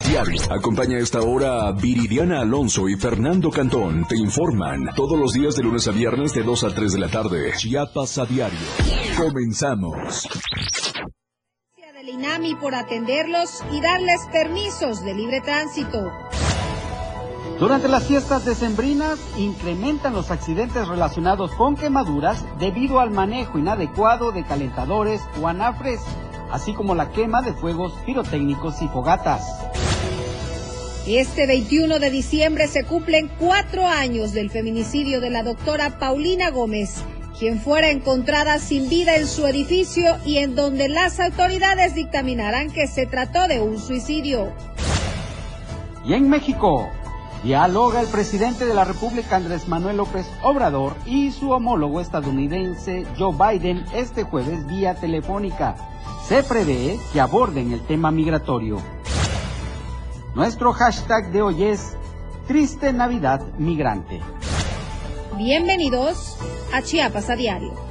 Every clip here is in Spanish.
Diario. Acompaña a esta hora a Viridiana Alonso y Fernando Cantón. Te informan todos los días de lunes a viernes de 2 a 3 de la tarde. Chiapas a Diario. Comenzamos. Del INAMI por atenderlos y darles permisos de libre tránsito. Durante las fiestas decembrinas incrementan los accidentes relacionados con quemaduras debido al manejo inadecuado de calentadores o anafres, así como la quema de fuegos pirotécnicos y fogatas. Este 21 de diciembre se cumplen 4 años del feminicidio de la doctora Paulina Gómez, quien fuera encontrada sin vida en su edificio y en donde las autoridades dictaminarán que se trató de un suicidio. Y en México, dialoga el presidente de la República Andrés Manuel López Obrador y su homólogo estadounidense Joe Biden este jueves vía telefónica. Se prevé que aborden el tema migratorio. Nuestro hashtag de hoy es Triste Navidad Migrante. Bienvenidos a Chiapas a Diario.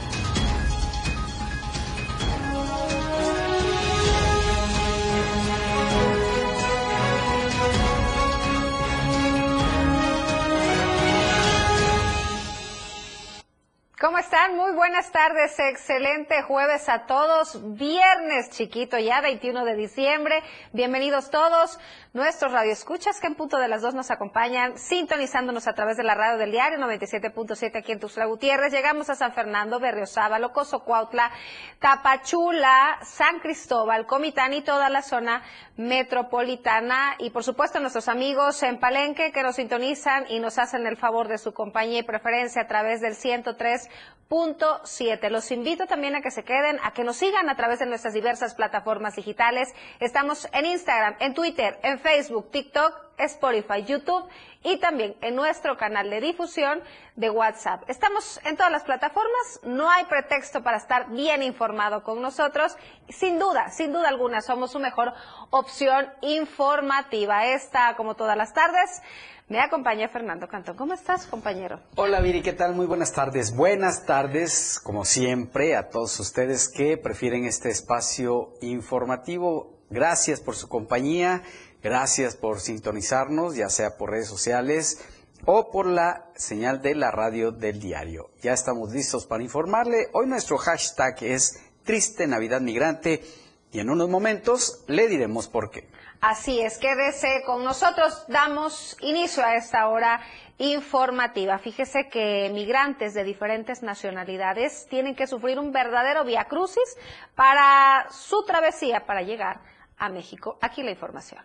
¿Cómo están? Muy buenas tardes, excelente jueves a todos, viernes chiquito ya, 21 de diciembre, bienvenidos todos, nuestros radioescuchas que en punto de las 2 nos acompañan, sintonizándonos a través de la radio del diario 97.7 aquí en Tuxtla Gutiérrez, llegamos a San Fernando, Berriozábal, Cozocuautla, Tapachula, San Cristóbal, Comitán y toda la zona metropolitana y por supuesto nuestros amigos en Palenque que nos sintonizan y nos hacen el favor de su compañía y preferencia a través del 103.7. Los invito también a que se queden, a que nos sigan a través de nuestras diversas plataformas digitales. Estamos en Instagram, en Twitter, en Facebook, TikTok, Spotify, YouTube y también en nuestro canal de difusión de WhatsApp. Estamos en todas las plataformas, no hay pretexto para estar bien informado con nosotros. Sin duda alguna, somos su mejor opción informativa. Esta, como todas las tardes, me acompaña Fernando Cantón. ¿Cómo estás, compañero? Hola, Viri, ¿qué tal? Muy buenas tardes. Buenas tardes, como siempre, a todos ustedes que prefieren este espacio informativo. Gracias por su compañía, gracias por sintonizarnos, ya sea por redes sociales o por la señal de la radio del diario. Ya estamos listos para informarle. Hoy nuestro hashtag es Triste Navidad Migrante y en unos momentos le diremos por qué. Así es, quédese con nosotros, damos inicio a esta hora informativa. Fíjese que migrantes de diferentes nacionalidades tienen que sufrir un verdadero viacrucis para su travesía para llegar a México. Aquí la información.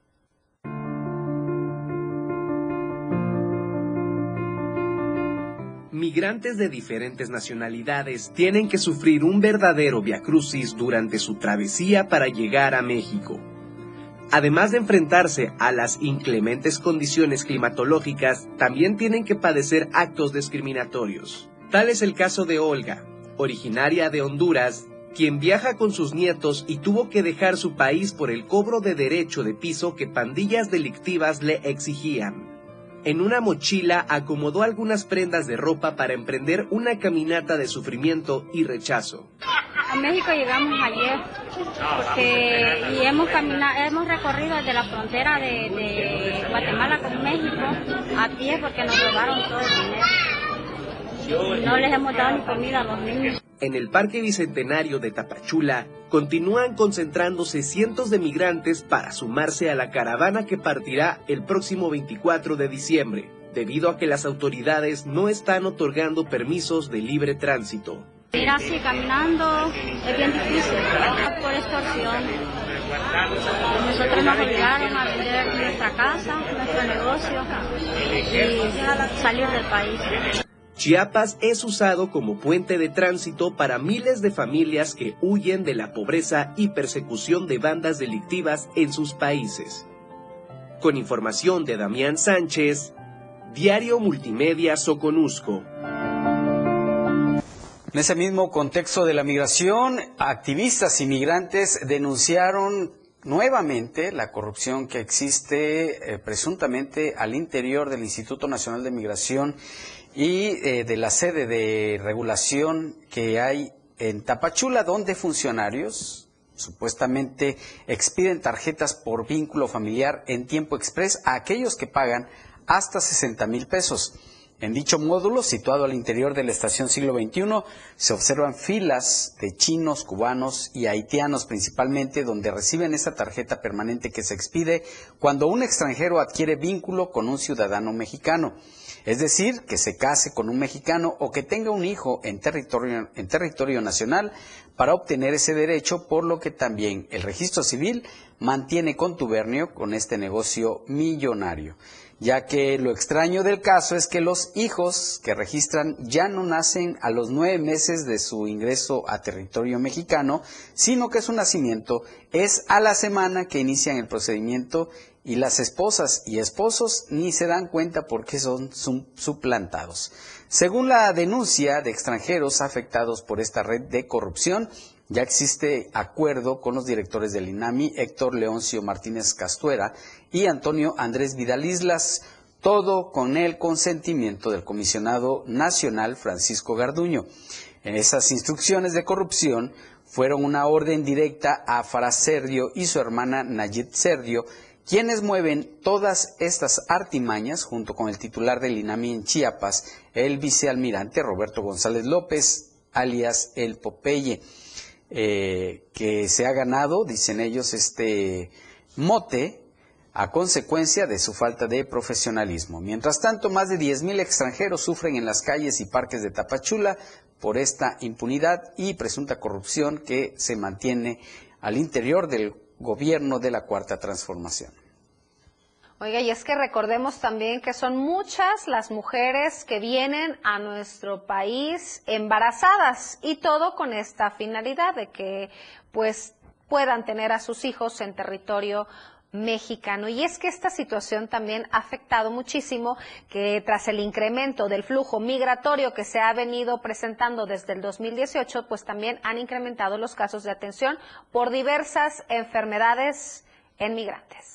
Migrantes de diferentes nacionalidades tienen que sufrir un verdadero viacrucis durante su travesía para llegar a México. Además de enfrentarse a las inclementes condiciones climatológicas, también tienen que padecer actos discriminatorios. Tal es el caso de Olga, originaria de Honduras, quien viaja con sus nietos y tuvo que dejar su país por el cobro de derecho de piso que pandillas delictivas le exigían. En una mochila acomodó algunas prendas de ropa para emprender una caminata de sufrimiento y rechazo. A México llegamos ayer porque hemos recorrido desde la frontera de Guatemala con México a pie porque nos robaron todo el dinero. No les hemos dado ni comida a los niños. En el Parque Bicentenario de Tapachula continúan concentrándose cientos de migrantes para sumarse a la caravana que partirá el próximo 24 de diciembre, debido a que las autoridades no están otorgando permisos de libre tránsito. Ir así caminando es bien difícil, por extorsión. Nosotros nos obligaron a vender nuestra casa, nuestro negocio y salir del país. Chiapas es usado como puente de tránsito para miles de familias que huyen de la pobreza y persecución de bandas delictivas en sus países. Con información de Damián Sánchez, Diario Multimedia Soconusco. En ese mismo contexto de la migración, activistas y migrantes denunciaron nuevamente la corrupción que existe presuntamente al interior del Instituto Nacional de Migración y de la sede de regulación que hay en Tapachula, donde funcionarios Supuestamente expiden tarjetas por vínculo familiar en tiempo express a aquellos que pagan hasta 60,000 pesos. En dicho módulo, situado al interior de la estación Siglo XXI, se observan filas de chinos, cubanos y haitianos principalmente, donde reciben esta tarjeta permanente que se expide cuando un extranjero adquiere vínculo con un ciudadano mexicano. Es decir, que se case con un mexicano o que tenga un hijo en territorio nacional para obtener ese derecho, por lo que también el registro civil mantiene contubernio con este negocio millonario, ya que lo extraño del caso es que los hijos que registran ya no nacen a los 9 meses de su ingreso a territorio mexicano, sino que su nacimiento es a la semana que inician el procedimiento, y las esposas y esposos ni se dan cuenta porque son suplantados. Según la denuncia de extranjeros afectados por esta red de corrupción, ya existe acuerdo con los directores del INAMI, Héctor Leoncio Martínez Castuera y Antonio Andrés Vidal Islas, todo con el consentimiento del comisionado nacional Francisco Garduño. En esas instrucciones de corrupción fueron una orden directa a Farah Serdio y su hermana Nayit Serdio, quienes mueven todas estas artimañas junto con el titular del INAMI en Chiapas, el vicealmirante Roberto González López, alias El Popeye, que se ha ganado, dicen ellos, este mote a consecuencia de su falta de profesionalismo. Mientras tanto, más de 10,000 extranjeros sufren en las calles y parques de Tapachula por esta impunidad y presunta corrupción que se mantiene al interior del gobierno de la Cuarta Transformación. Oiga, y es que recordemos también que son muchas las mujeres que vienen a nuestro país embarazadas, y todo con esta finalidad de que pues puedan tener a sus hijos en territorio mexicano. Y es que esta situación también ha afectado muchísimo, que tras el incremento del flujo migratorio que se ha venido presentando desde el 2018, pues también han incrementado los casos de atención por diversas enfermedades en migrantes.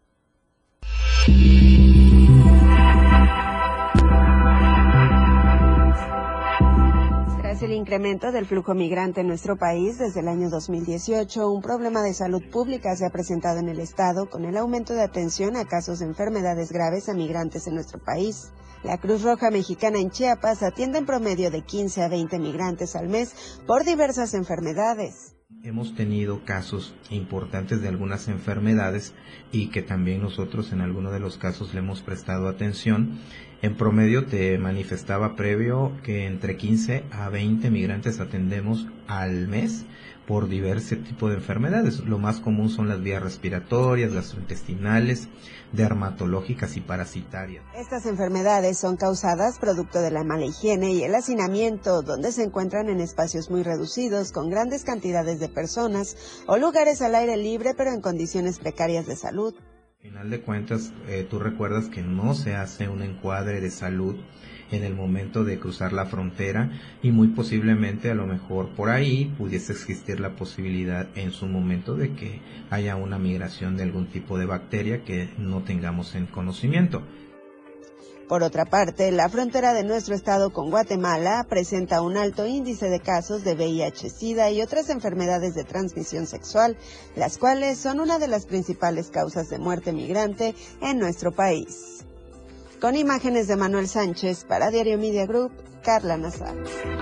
Tras el incremento del flujo migrante en nuestro país desde el año 2018, un problema de salud pública se ha presentado en el estado con el aumento de atención a casos de enfermedades graves a migrantes en nuestro país. La Cruz Roja Mexicana en Chiapas atiende en promedio de 15 a 20 migrantes al mes por diversas enfermedades. Hemos tenido casos importantes de algunas enfermedades y que también nosotros en algunos de los casos le hemos prestado atención. En promedio te manifestaba previo que entre 15 a 20 migrantes atendemos al mes por diversos tipos de enfermedades. Lo más común son las vías respiratorias, gastrointestinales, dermatológicas y parasitarias. Estas enfermedades son causadas producto de la mala higiene y el hacinamiento, donde se encuentran en espacios muy reducidos con grandes cantidades de personas o lugares al aire libre pero en condiciones precarias de salud. Al final de cuentas, tú recuerdas que no se hace un encuadre de salud en el momento de cruzar la frontera y muy posiblemente a lo mejor por ahí pudiese existir la posibilidad en su momento de que haya una migración de algún tipo de bacteria que no tengamos en conocimiento. Por otra parte, la frontera de nuestro estado con Guatemala presenta un alto índice de casos de VIH-Sida y otras enfermedades de transmisión sexual, las cuales son una de las principales causas de muerte migrante en nuestro país. Con imágenes de Manuel Sánchez para Diario Media Group, Carla Nazar.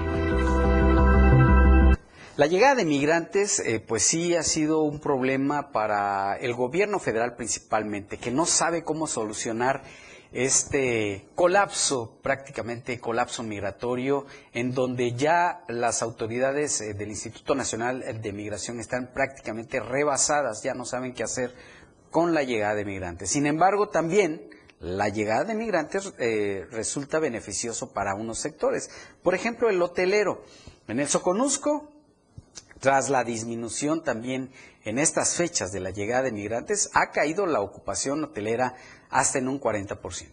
La llegada de migrantes, pues sí ha sido un problema para el gobierno federal principalmente, que no sabe cómo solucionar este colapso, prácticamente colapso migratorio, en donde ya las autoridades del Instituto Nacional de Migración están prácticamente rebasadas, ya no saben qué hacer con la llegada de migrantes. Sin embargo, también la llegada de migrantes resulta beneficioso para unos sectores. Por ejemplo, el hotelero. En el Soconusco, tras la disminución también en estas fechas de la llegada de migrantes, ha caído la ocupación hotelera hasta en un 40%.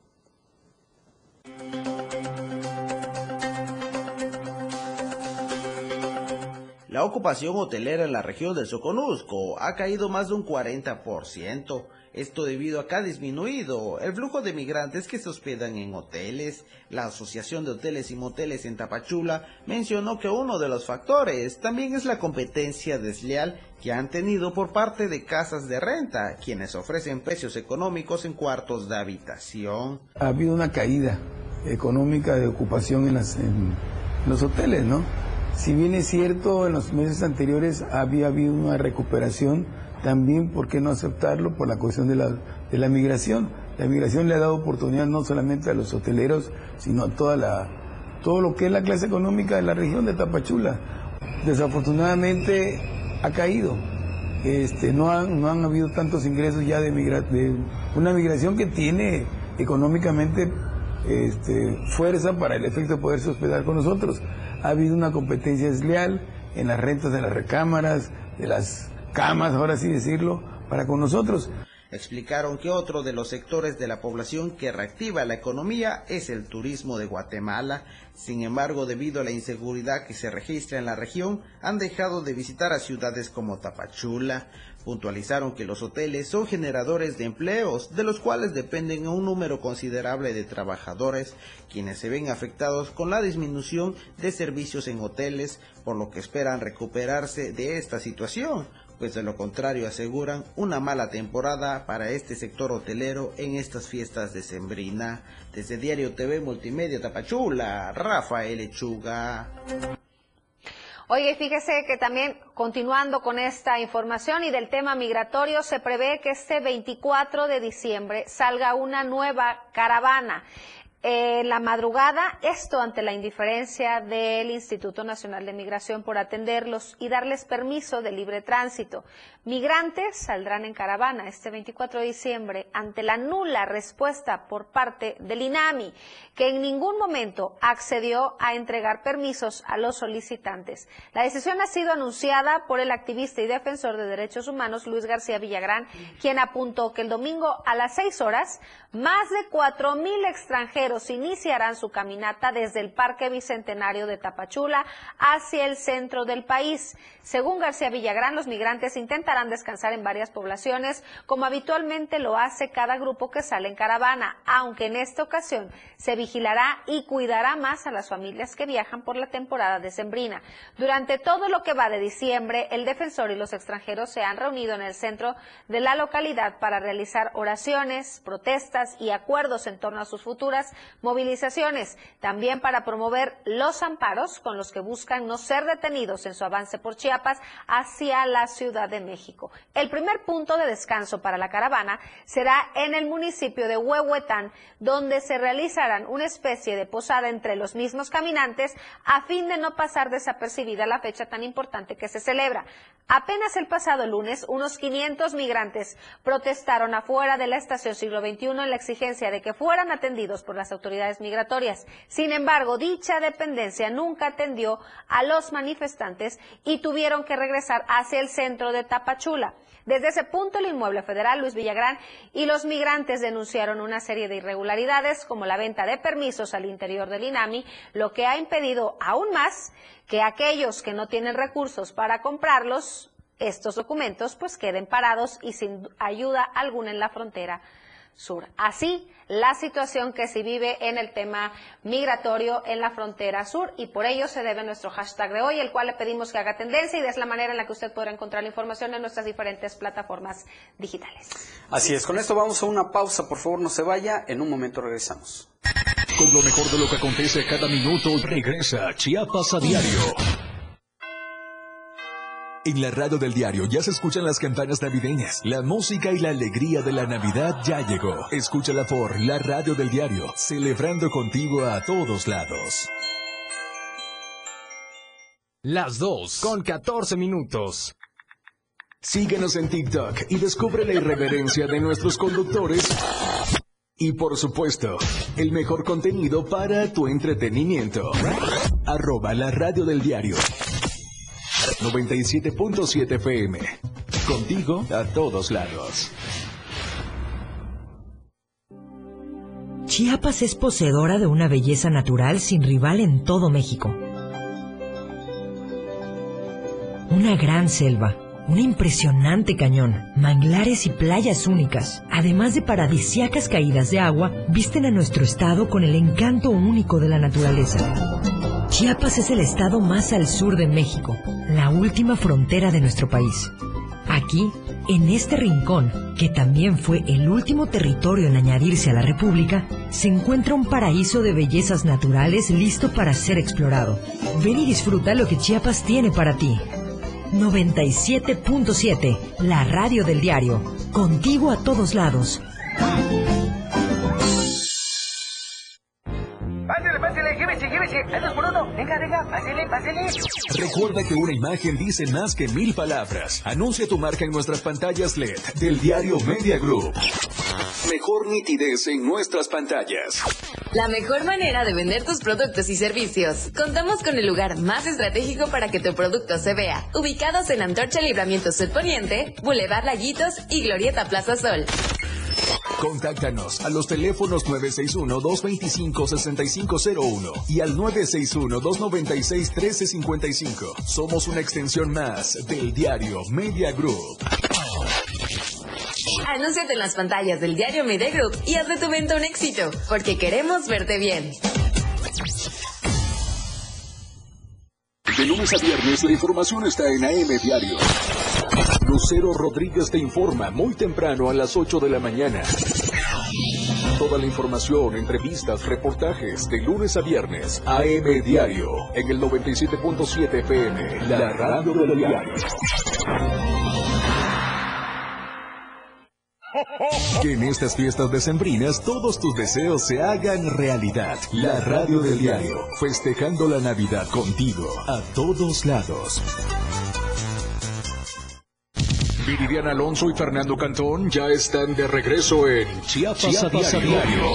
La ocupación hotelera en la región del Soconusco ha caído más de un 40%. Esto debido a que ha disminuido el flujo de migrantes que se hospedan en hoteles. La Asociación de Hoteles y Moteles en Tapachula mencionó que uno de los factores también es la competencia desleal que han tenido por parte de casas de renta, quienes ofrecen precios económicos en cuartos de habitación. Ha habido una caída económica de ocupación en los hoteles, ¿no? Si bien es cierto, en los meses anteriores había habido una recuperación, también, ¿por qué no aceptarlo? Por la cuestión de la migración. La migración le ha dado oportunidad no solamente a los hoteleros, sino a todo lo que es la clase económica de la región de Tapachula. Desafortunadamente ha caído. No han habido tantos ingresos ya de una migración que tiene económicamente fuerza para el efecto de poderse hospedar con nosotros. Ha habido una competencia desleal en las rentas de las recámaras, de las camas, ahora sí decirlo, para con nosotros. Explicaron que otro de los sectores de la población que reactiva la economía es el turismo de Guatemala. Sin embargo, debido a la inseguridad que se registra en la región, han dejado de visitar a ciudades como Tapachula. Puntualizaron que los hoteles son generadores de empleos, de los cuales dependen un número considerable de trabajadores, quienes se ven afectados con la disminución de servicios en hoteles, por lo que esperan recuperarse de esta situación. Pues de lo contrario aseguran una mala temporada para este sector hotelero en estas fiestas decembrina. Desde Diario TV Multimedia Tapachula, Rafael Lechuga. Oye, fíjese que también, continuando con esta información y del tema migratorio, se prevé que este 24 de diciembre salga una nueva caravana. La madrugada, esto ante la indiferencia del Instituto Nacional de Migración por atenderlos y darles permiso de libre tránsito. Migrantes saldrán en caravana este 24 de diciembre ante la nula respuesta por parte del INAMI, que en ningún momento accedió a entregar permisos a los solicitantes. La decisión ha sido anunciada por el activista y defensor de derechos humanos Luis García Villagrán, quien apuntó que el domingo a las 6 horas, más de 4,000 extranjeros iniciarán su caminata desde el Parque Bicentenario de Tapachula hacia el centro del país. Según García Villagrán, los migrantes intentarán descansar en varias poblaciones, como habitualmente lo hace cada grupo que sale en caravana, aunque en esta ocasión se vigilará y cuidará más a las familias que viajan por la temporada decembrina. Durante todo lo que va de diciembre, el defensor y los extranjeros se han reunido en el centro de la localidad para realizar oraciones, protestas y acuerdos en torno a sus futuras movilizaciones, también para promover los amparos con los que buscan no ser detenidos en su avance por Chiapas hacia la Ciudad de México. El primer punto de descanso para la caravana será en el municipio de Huehuetán, donde se realizarán una especie de posada entre los mismos caminantes a fin de no pasar desapercibida la fecha tan importante que se celebra. Apenas el pasado lunes, unos 500 migrantes protestaron afuera de la estación Siglo XXI en la exigencia de que fueran atendidos por las autoridades migratorias. Sin embargo, dicha dependencia nunca atendió a los manifestantes y tuvieron que regresar hacia el centro de Tapachula. Desde ese punto, el inmueble federal Luis Villagrán y los migrantes denunciaron una serie de irregularidades, como la venta de permisos al interior del INAMI, lo que ha impedido aún más que aquellos que no tienen recursos para comprarlos, estos documentos, pues queden parados y sin ayuda alguna en la frontera sur. Así, la situación que se vive en el tema migratorio en la frontera sur, y por ello se debe nuestro hashtag de hoy, el cual le pedimos que haga tendencia, y es la manera en la que usted podrá encontrar la información en nuestras diferentes plataformas digitales. Así es, con esto vamos a una pausa, por favor no se vaya, en un momento regresamos. Con lo mejor de lo que acontece cada minuto, regresa Chiapas a diario. En la radio del diario ya se escuchan las campanas navideñas. La música y la alegría de la Navidad ya llegó. Escúchala por la radio del diario, celebrando contigo a todos lados. Las 2:14. Síguenos en TikTok y descubre la irreverencia de nuestros conductores. Y por supuesto, el mejor contenido para tu entretenimiento. @la radio del diario. 97.7 FM. Contigo a todos lados. Chiapas es poseedora de una belleza natural sin rival en todo México. Una gran selva, un impresionante cañón, manglares y playas únicas, además de paradisíacas caídas de agua, visten a nuestro estado con el encanto único de la naturaleza. Chiapas es el estado más al sur de México, la última frontera de nuestro país. Aquí, en este rincón, que también fue el último territorio en añadirse a la República, se encuentra un paraíso de bellezas naturales listo para ser explorado. Ven y disfruta lo que Chiapas tiene para ti. 97.7, la radio del diario. Contigo a todos lados. Pásale, llévese. Hay 2 por 1. Venga, pásale. Recuerda que una imagen dice más que 1000 palabras. Anuncia tu marca en nuestras pantallas LED del diario Media Group. Mejor nitidez en nuestras pantallas. La mejor manera de vender tus productos y servicios. Contamos con el lugar más estratégico para que tu producto se vea. Ubicados en Antorcha Libramiento Sur Poniente, Boulevard Laguitos y Glorieta Plaza Sol. Contáctanos a los teléfonos 961-225-6501 y al 961-296-1355. Somos una extensión más del diario Media Group. Anúnciate en las pantallas del diario Media Group y haz de tu venta un éxito, porque queremos verte bien. De lunes a viernes la información está en AM Diario. Lucero Rodríguez te informa muy temprano a las 8 de la mañana. Toda la información, entrevistas, reportajes de lunes a viernes. AM Diario en el 97.7 FM, la radio del diario. Que en estas fiestas decembrinas todos tus deseos se hagan realidad. La radio del diario, festejando la Navidad contigo a todos lados. Viridiana Alonso y Fernando Cantón ya están de regreso en Chiapas a Diario.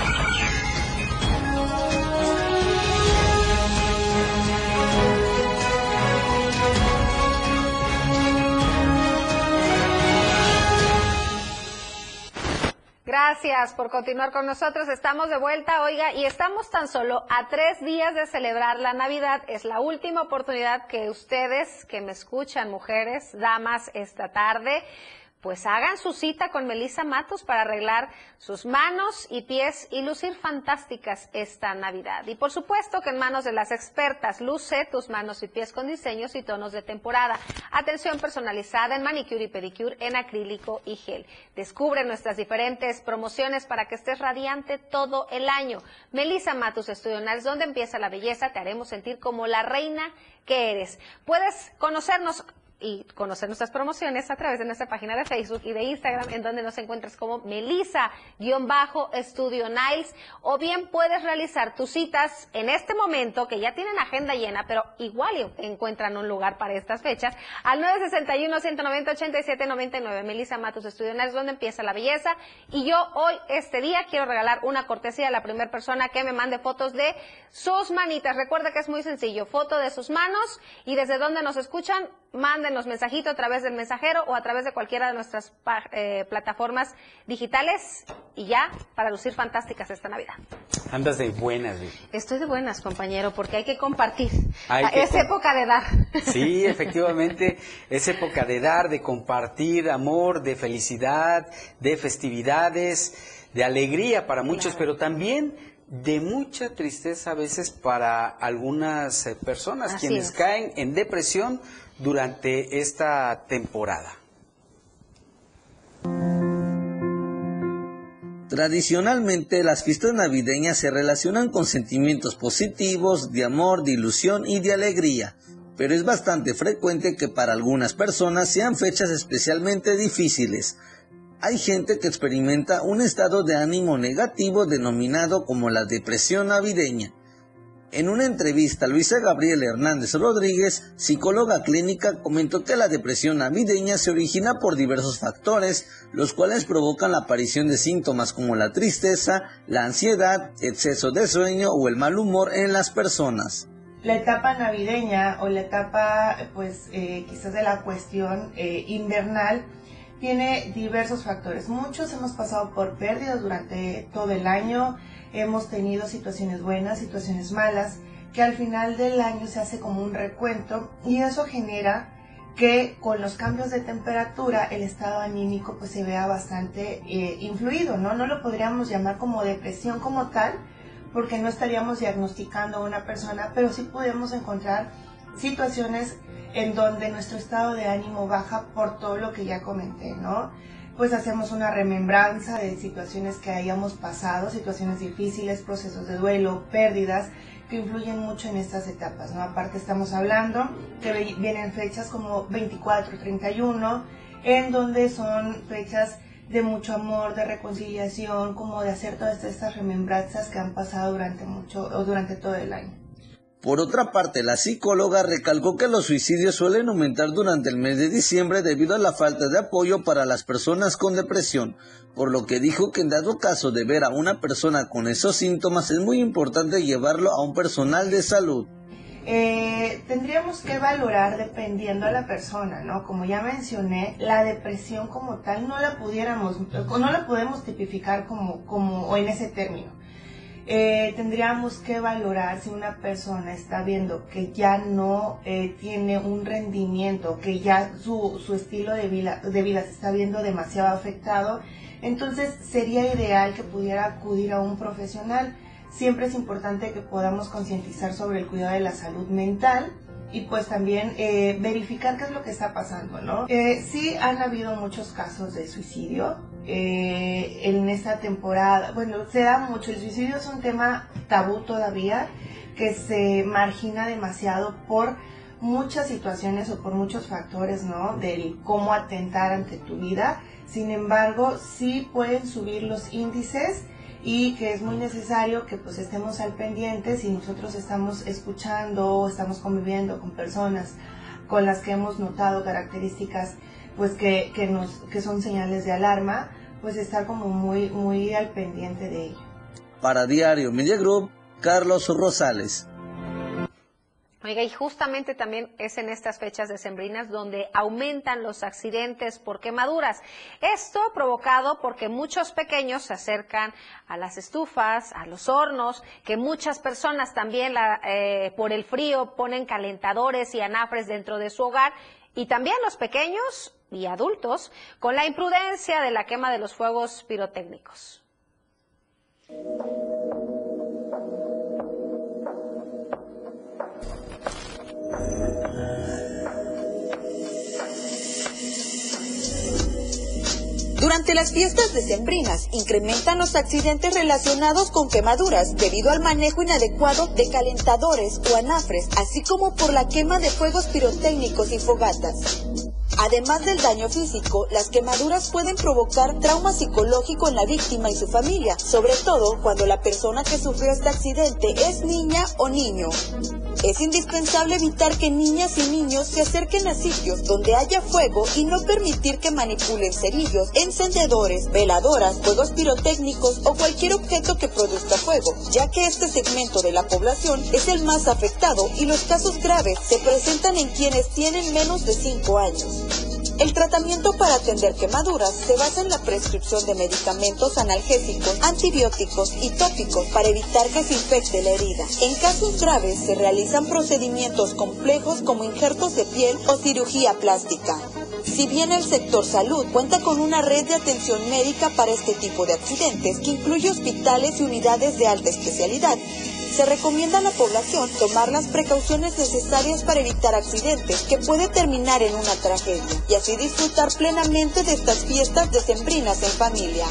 Gracias por continuar con nosotros. Estamos de vuelta, oiga, y estamos tan solo a 3 días de celebrar la Navidad. Es la última oportunidad que ustedes, que me escuchan, mujeres, damas, esta tarde, pues hagan su cita con Melissa Matos para arreglar sus manos y pies y lucir fantásticas esta Navidad. Y por supuesto que en manos de las expertas, luce tus manos y pies con diseños y tonos de temporada. Atención personalizada en manicure y pedicure, en acrílico y gel. Descubre nuestras diferentes promociones para que estés radiante todo el año. Melissa Matos Estudio Nails, donde empieza la belleza, te haremos sentir como la reina que eres. Puedes conocernos y conocer nuestras promociones a través de nuestra página de Facebook y de Instagram, en donde nos encuentras como Melissa-Estudio Nails, o bien puedes realizar tus citas en este momento, que ya tienen agenda llena, pero igual encuentran un lugar para estas fechas, al 961-190-8799, Melissa Matos Estudio Nails, donde empieza la belleza. Y yo hoy, este día, quiero regalar una cortesía a la primera persona que me mande fotos de sus manitas. Recuerda que es muy sencillo, foto de sus manos y desde donde nos escuchan, mándenos mensajito a través del mensajero o a través de cualquiera de nuestras plataformas digitales, y ya para lucir fantásticas esta Navidad. Andas de buenas, Vicky. Estoy de buenas, compañero, porque hay que compartir. Es época de dar. Sí, efectivamente, es época de dar, de compartir amor, de felicidad, de festividades, de alegría para muchos, pero también de mucha tristeza a veces para algunas personas, quienes caen en depresión durante esta temporada. Tradicionalmente, las fiestas navideñas se relacionan con sentimientos positivos, de amor, de ilusión y de alegría, pero es bastante frecuente que para algunas personas sean fechas especialmente difíciles. Hay gente que experimenta un estado de ánimo negativo denominado como la depresión navideña. En una entrevista, Luisa Gabriela Hernández Rodríguez, psicóloga clínica, comentó que la depresión navideña se origina por diversos factores, los cuales provocan la aparición de síntomas como la tristeza, la ansiedad, exceso de sueño o el mal humor en las personas. La etapa navideña o la etapa, quizás de la cuestión invernal, tiene diversos factores. Muchos hemos pasado por pérdidas durante todo el año, hemos tenido situaciones buenas, situaciones malas, que al final del año se hace como un recuento y eso genera que con los cambios de temperatura el estado anímico pues se vea bastante influido, ¿no? No lo podríamos llamar como depresión como tal, porque no estaríamos diagnosticando a una persona, pero sí podemos encontrar situaciones en donde nuestro estado de ánimo baja por todo lo que ya comenté, ¿no? Pues hacemos una remembranza de situaciones que hayamos pasado, situaciones difíciles, procesos de duelo, pérdidas, que influyen mucho en estas etapas, ¿no? Aparte estamos hablando que vienen fechas como 24, 31, en donde son fechas de mucho amor, de reconciliación, como de hacer todas estas remembranzas que han pasado durante todo el año. Por otra parte, la psicóloga recalcó que los suicidios suelen aumentar durante el mes de diciembre debido a la falta de apoyo para las personas con depresión, por lo que dijo que en dado caso de ver a una persona con esos síntomas es muy importante llevarlo a un personal de salud. Tendríamos que valorar dependiendo a la persona, ¿no? Como ya mencioné, la depresión como tal no la podemos tipificar como en ese término. Tendríamos que valorar si una persona está viendo que ya no tiene un rendimiento, que ya su estilo de vida se está viendo demasiado afectado, entonces sería ideal que pudiera acudir a un profesional. Siempre es importante que podamos concientizar sobre el cuidado de la salud mental y pues también verificar qué es lo que está pasando, ¿no? Sí han habido muchos casos de suicidio en esta temporada. Bueno, se da mucho. El suicidio es un tema tabú todavía, que se margina demasiado por muchas situaciones o por muchos factores, ¿no? Del cómo atentar ante tu vida. Sin embargo, sí pueden subir los índices y que es muy necesario que pues estemos al pendiente si nosotros estamos escuchando o estamos conviviendo con personas con las que hemos notado características pues que son señales de alarma, pues estar como muy al pendiente de ello. Para Diario Media Group, Carlos Rosales. Oiga, y justamente también es en estas fechas decembrinas donde aumentan los accidentes por quemaduras. Esto provocado porque muchos pequeños se acercan a las estufas, a los hornos, que muchas personas también por el frío ponen calentadores y anafres dentro de su hogar, y también los pequeños y adultos con la imprudencia de la quema de los fuegos pirotécnicos. Durante las fiestas decembrinas incrementan los accidentes relacionados con quemaduras debido al manejo inadecuado de calentadores o anafres, así como por la quema de fuegos pirotécnicos y fogatas. Además del daño físico, las quemaduras pueden provocar trauma psicológico en la víctima y su familia, sobre todo cuando la persona que sufrió este accidente es niña o niño. Es indispensable evitar que niñas y niños se acerquen a sitios donde haya fuego y no permitir que manipulen cerillos, encendedores, veladoras, fuegos pirotécnicos o cualquier objeto que produzca fuego, ya que este segmento de la población es el más afectado y los casos graves se presentan en quienes tienen menos de 5 años. El tratamiento para atender quemaduras se basa en la prescripción de medicamentos analgésicos, antibióticos y tópicos para evitar que se infecte la herida. En casos graves se realizan procedimientos complejos como injertos de piel o cirugía plástica. Si bien el sector salud cuenta con una red de atención médica para este tipo de accidentes que incluye hospitales y unidades de alta especialidad, se recomienda a la población tomar las precauciones necesarias para evitar accidentes que puede terminar en una tragedia y así disfrutar plenamente de estas fiestas decembrinas en familia.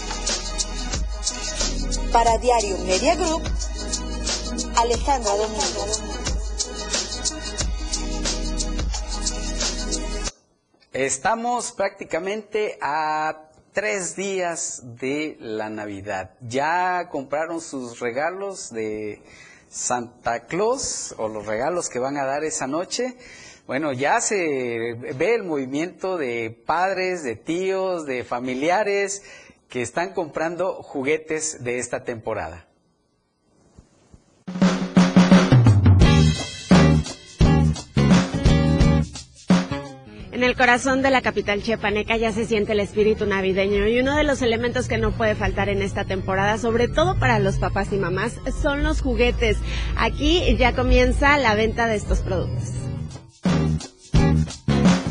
Para Diario Media Group, Alejandra Domingo. Estamos prácticamente a 3 días de la Navidad. ¿Ya compraron sus regalos de Santa Claus o los regalos que van a dar esa noche? Bueno, ya se ve el movimiento de padres, de tíos, de familiares que están comprando juguetes de esta temporada. En el corazón de la capital chiapaneca ya se siente el espíritu navideño y uno de los elementos que no puede faltar en esta temporada, sobre todo para los papás y mamás, son los juguetes. Aquí ya comienza la venta de estos productos.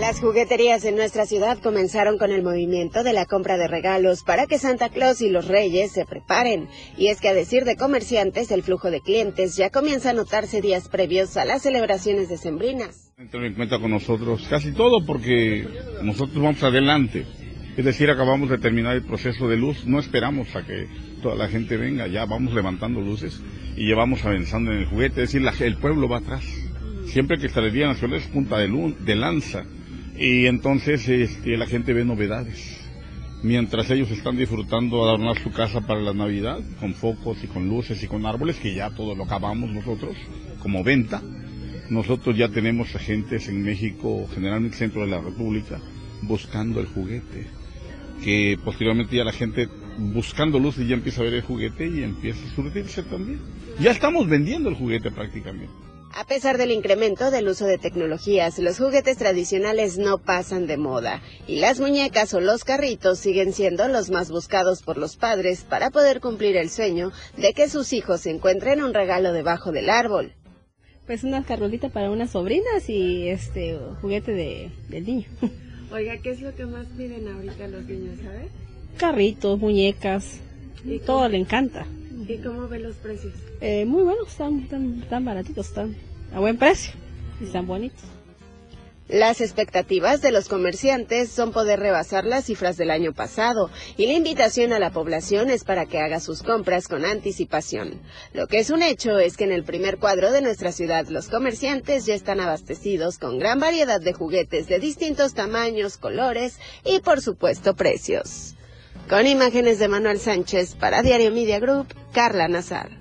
Las jugueterías en nuestra ciudad comenzaron con el movimiento de la compra de regalos para que Santa Claus y los Reyes se preparen. Y es que a decir de comerciantes, el flujo de clientes ya comienza a notarse días previos a las celebraciones decembrinas. Entren en cuenta con nosotros casi todo porque nosotros vamos adelante. Es decir, acabamos de terminar el proceso de luz, no esperamos a que toda la gente venga, ya vamos levantando luces y llevamos avanzando en el juguete, es decir, el pueblo va atrás. Siempre que Extraordinaria Nacional es punta de lanza. Y entonces la gente ve novedades. Mientras ellos están disfrutando adornar su casa para la Navidad, con focos y con luces y con árboles, que ya todo lo acabamos nosotros, como venta. Nosotros ya tenemos agentes en México, generalmente centro de la República, buscando el juguete. Que posteriormente ya la gente buscando luces ya empieza a ver el juguete y empieza a surtirse también. Ya estamos vendiendo el juguete prácticamente. A pesar del incremento del uso de tecnologías, los juguetes tradicionales no pasan de moda y las muñecas o los carritos siguen siendo los más buscados por los padres para poder cumplir el sueño de que sus hijos encuentren un regalo debajo del árbol. Pues una carrolita para unas sobrinas y juguete del niño. Oiga, ¿qué es lo que más piden ahorita los niños, sabe? Carritos, muñecas, todo le encanta. ¿Y cómo ven los precios? Muy buenos, están baratitos, están a buen precio y están bonitos. Las expectativas de los comerciantes son poder rebasar las cifras del año pasado y la invitación a la población es para que haga sus compras con anticipación. Lo que es un hecho es que en el primer cuadro de nuestra ciudad los comerciantes ya están abastecidos con gran variedad de juguetes de distintos tamaños, colores y por supuesto precios. Con imágenes de Manuel Sánchez para Diario Media Group, Carla Nazar.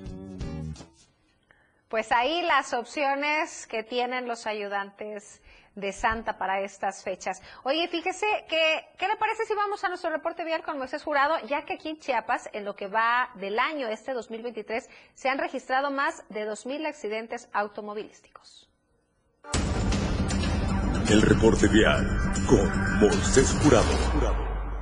Pues ahí las opciones que tienen los ayudantes de Santa para estas fechas. Oye, fíjese que, ¿qué le parece si vamos a nuestro reporte vial con Moisés Jurado? Ya que aquí en Chiapas, en lo que va del año 2023, se han registrado más de 2,000 accidentes automovilísticos. El reporte vial con Moisés Jurado.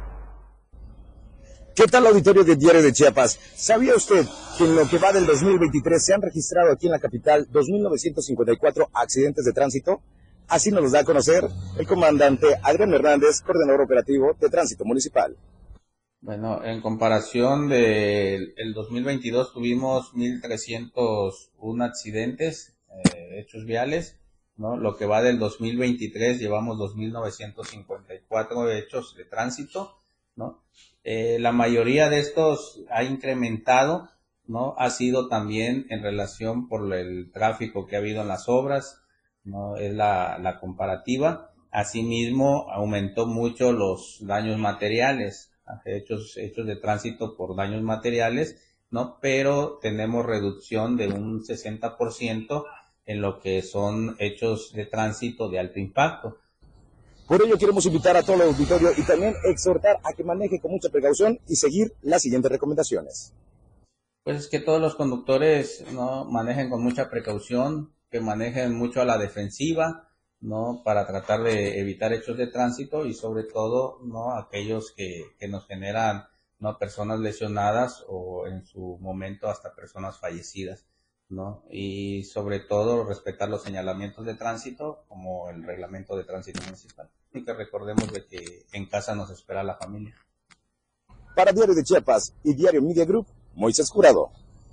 ¿Qué tal, auditorio de Diario de Chiapas? ¿Sabía usted que en lo que va del 2023 se han registrado aquí en la capital 2,954 accidentes de tránsito? Así nos los da a conocer el comandante Adrián Hernández, coordinador operativo de Tránsito Municipal. Bueno, en comparación del 2022 tuvimos 1,301 accidentes, hechos viales, ¿no? Lo que va del 2023 llevamos 2,954 hechos de tránsito, ¿no? La mayoría de estos ha incrementado, ¿no? Ha sido también en relación por el tráfico que ha habido en las obras, ¿no? Es la comparativa. Asimismo, aumentó mucho los daños materiales, hechos de tránsito por daños materiales, ¿no? Pero tenemos reducción de un 60% en lo que son hechos de tránsito de alto impacto. Por ello queremos invitar a todo el auditorio y también exhortar a que maneje con mucha precaución y seguir las siguientes recomendaciones. Pues es que todos los conductores, ¿no? Manejen con mucha precaución, que manejen mucho a la defensiva, ¿no? Para tratar de evitar hechos de tránsito y sobre todo, ¿no? Aquellos que nos generan, ¿no? Personas lesionadas o en su momento hasta personas fallecidas, ¿no? Y sobre todo respetar los señalamientos de tránsito como el reglamento de tránsito municipal y que recordemos de que en casa nos espera la familia. Para Diario de Chiapas y Diario Media Group, Moisés Jurado.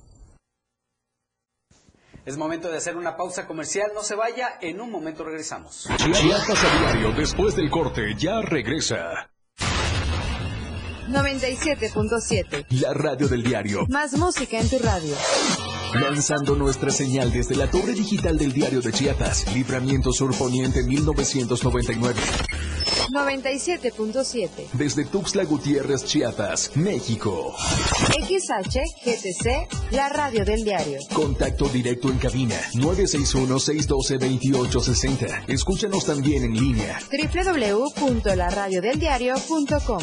Es momento de hacer una pausa comercial, no se vaya, en un momento regresamos. Chiapas a Diario, después del corte, ya regresa. 97.7. La radio del diario. Más música en tu radio. Lanzando nuestra señal desde la torre digital del Diario de Chiapas, Libramiento Sur Poniente 1999. 97.7. Desde Tuxtla Gutiérrez, Chiapas, México. XHGTC, la radio del diario. Contacto directo en cabina 961-612-2860. Escúchanos también en línea. www.laradiodeldiario.com.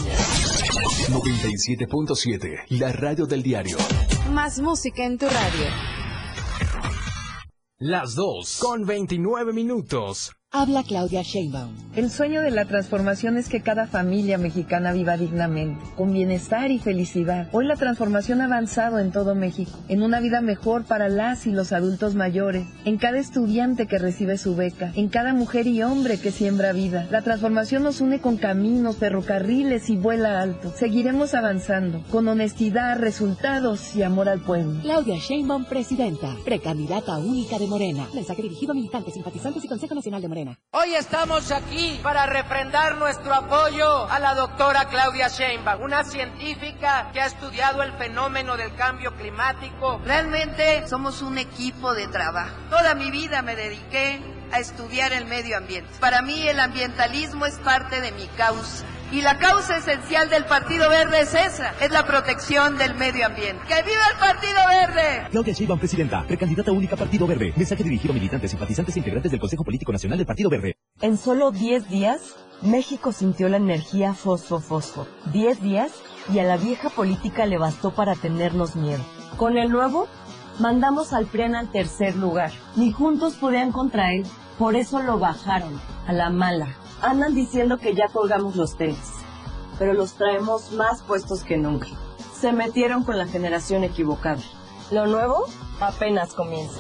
97.7, la radio del diario. Más música en tu radio. Las 2:29. Habla Claudia Sheinbaum. El sueño de la transformación es que cada familia mexicana viva dignamente, con bienestar y felicidad. Hoy la transformación ha avanzado en todo México, en una vida mejor para las y los adultos mayores, en cada estudiante que recibe su beca, en cada mujer y hombre que siembra vida. La transformación nos une con caminos, ferrocarriles y vuela alto. Seguiremos avanzando, con honestidad, resultados y amor al pueblo. Claudia Sheinbaum, presidenta, precandidata única de Morena. Mensaje dirigido a militantes, simpatizantes y Consejo Nacional de Morena. Hoy estamos aquí para refrendar nuestro apoyo a la doctora Claudia Sheinbaum, una científica que ha estudiado el fenómeno del cambio climático. Realmente somos un equipo de trabajo. Toda mi vida me dediqué a estudiar el medio ambiente. Para mí el ambientalismo es parte de mi causa. Y la causa esencial del Partido Verde es esa, es la protección del medio ambiente. ¡Que viva el Partido Verde! Claudia Sheinbaum, presidenta, precandidata única Partido Verde. Mensaje dirigido a militantes, simpatizantes e integrantes del Consejo Político Nacional del Partido Verde. En solo 10 días, México sintió la energía fosfo. 10 días y a la vieja política le bastó para tenernos miedo. Con el nuevo, mandamos al PRIAN al tercer lugar. Ni juntos podían contra él, por eso lo bajaron, a la mala. Andan diciendo que ya colgamos los tenis, pero los traemos más puestos que nunca. Se metieron con la generación equivocada. Lo nuevo apenas comienza.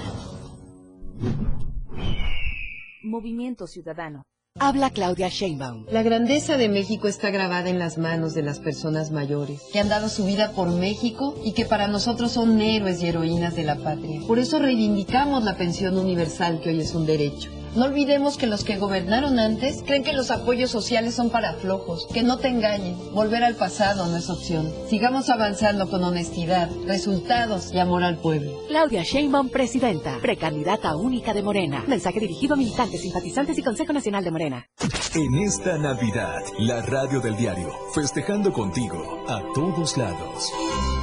Movimiento Ciudadano. Habla Claudia Sheinbaum. La grandeza de México está grabada en las manos de las personas mayores, que han dado su vida por México y que para nosotros son héroes y heroínas de la patria. Por eso reivindicamos la pensión universal, que hoy es un derecho. No olvidemos que los que gobernaron antes creen que los apoyos sociales son para flojos. Que no te engañen, volver al pasado no es opción. Sigamos avanzando con honestidad, resultados y amor al pueblo. Claudia Sheinbaum, presidenta, precandidata única de Morena. Mensaje dirigido a militantes, simpatizantes y Consejo Nacional de Morena. En esta Navidad, la radio del diario, festejando contigo a todos lados.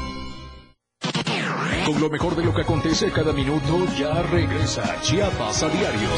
Con lo mejor de lo que acontece cada minuto, ya regresa Chiapas a diario.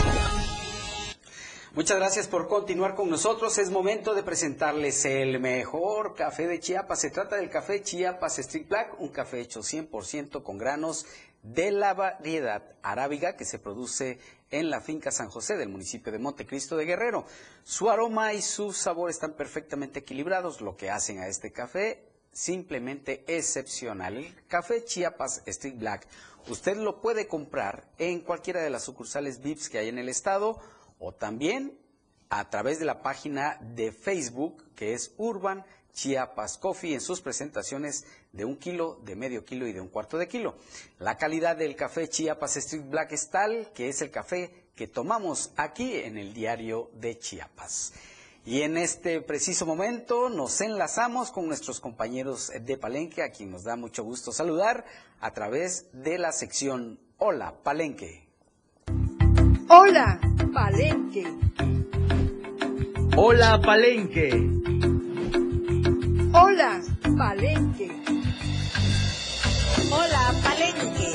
Muchas gracias por continuar con nosotros. Es momento de presentarles el mejor café de Chiapas. Se trata del café Chiapas Street Black, un café hecho 100% con granos de la variedad arábiga que se produce en la finca San José del municipio de Montecristo de Guerrero. Su aroma y su sabor están perfectamente equilibrados, lo que hacen a este café simplemente excepcional. El café Chiapas Street Black, usted lo puede comprar en cualquiera de las sucursales VIPs que hay en el estado o también a través de la página de Facebook que es Urban Chiapas Coffee en sus presentaciones de 1 kilo, de medio kilo y de 1/4 kilo. La calidad del café Chiapas Street Black es tal que es el café que tomamos aquí en el diario de Chiapas. Y en este preciso momento nos enlazamos con nuestros compañeros de Palenque, a quien nos da mucho gusto saludar a través de la sección Hola Palenque. Hola Palenque. Hola Palenque. Hola Palenque. Hola Palenque.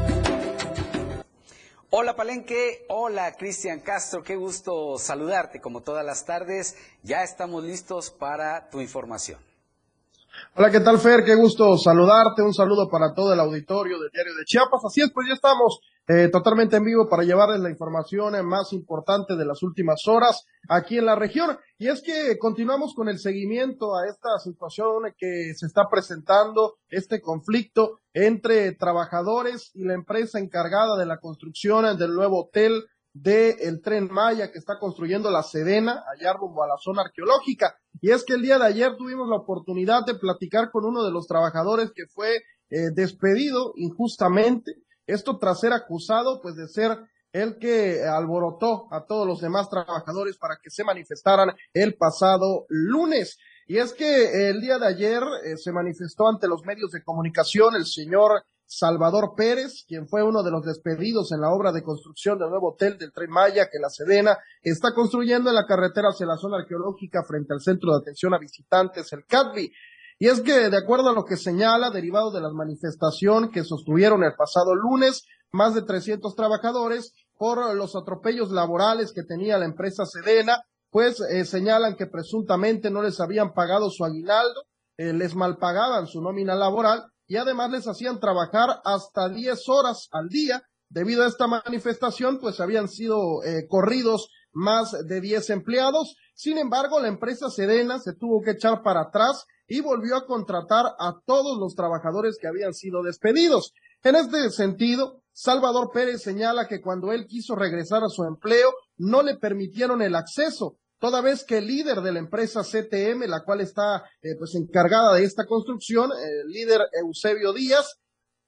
Hola Palenque, hola Cristian Castro, qué gusto saludarte como todas las tardes. Ya estamos listos para tu información. Hola, ¿qué tal, Fer? Qué gusto saludarte. Un saludo para todo el auditorio del Diario de Chiapas. Así es, pues ya estamos totalmente en vivo para llevarles la información más importante de las últimas horas aquí en la región. Y es que continuamos con el seguimiento a esta situación que se está presentando, este conflicto entre trabajadores y la empresa encargada de la construcción del nuevo hotel del Tren Maya que está construyendo la Sedena, allá rumbo a la zona arqueológica. Y es que el día de ayer tuvimos la oportunidad de platicar con uno de los trabajadores que fue despedido injustamente, esto tras ser acusado pues de ser el que alborotó a todos los demás trabajadores para que se manifestaran el pasado lunes. Y es que el día de ayer se manifestó ante los medios de comunicación el señor Salvador Pérez, quien fue uno de los despedidos en la obra de construcción del nuevo hotel del Tren Maya que la Sedena está construyendo en la carretera hacia la zona arqueológica frente al Centro de Atención a Visitantes, el CATVI. Y es que, de acuerdo a lo que señala, derivado de la manifestación que sostuvieron el pasado lunes, más de 300 trabajadores, por los atropellos laborales que tenía la empresa Sedena, pues señalan que presuntamente no les habían pagado su aguinaldo, les malpagaban su nómina laboral, y además les hacían trabajar hasta 10 horas al día. Debido a esta manifestación, pues habían sido corridos más de 10 empleados. Sin embargo, la empresa Sedena se tuvo que echar para atrás y volvió a contratar a todos los trabajadores que habían sido despedidos. En este sentido, Salvador Pérez señala que cuando él quiso regresar a su empleo, no le permitieron el acceso, toda vez que el líder de la empresa CTM, la cual está pues encargada de esta construcción, el líder Eusebio Díaz,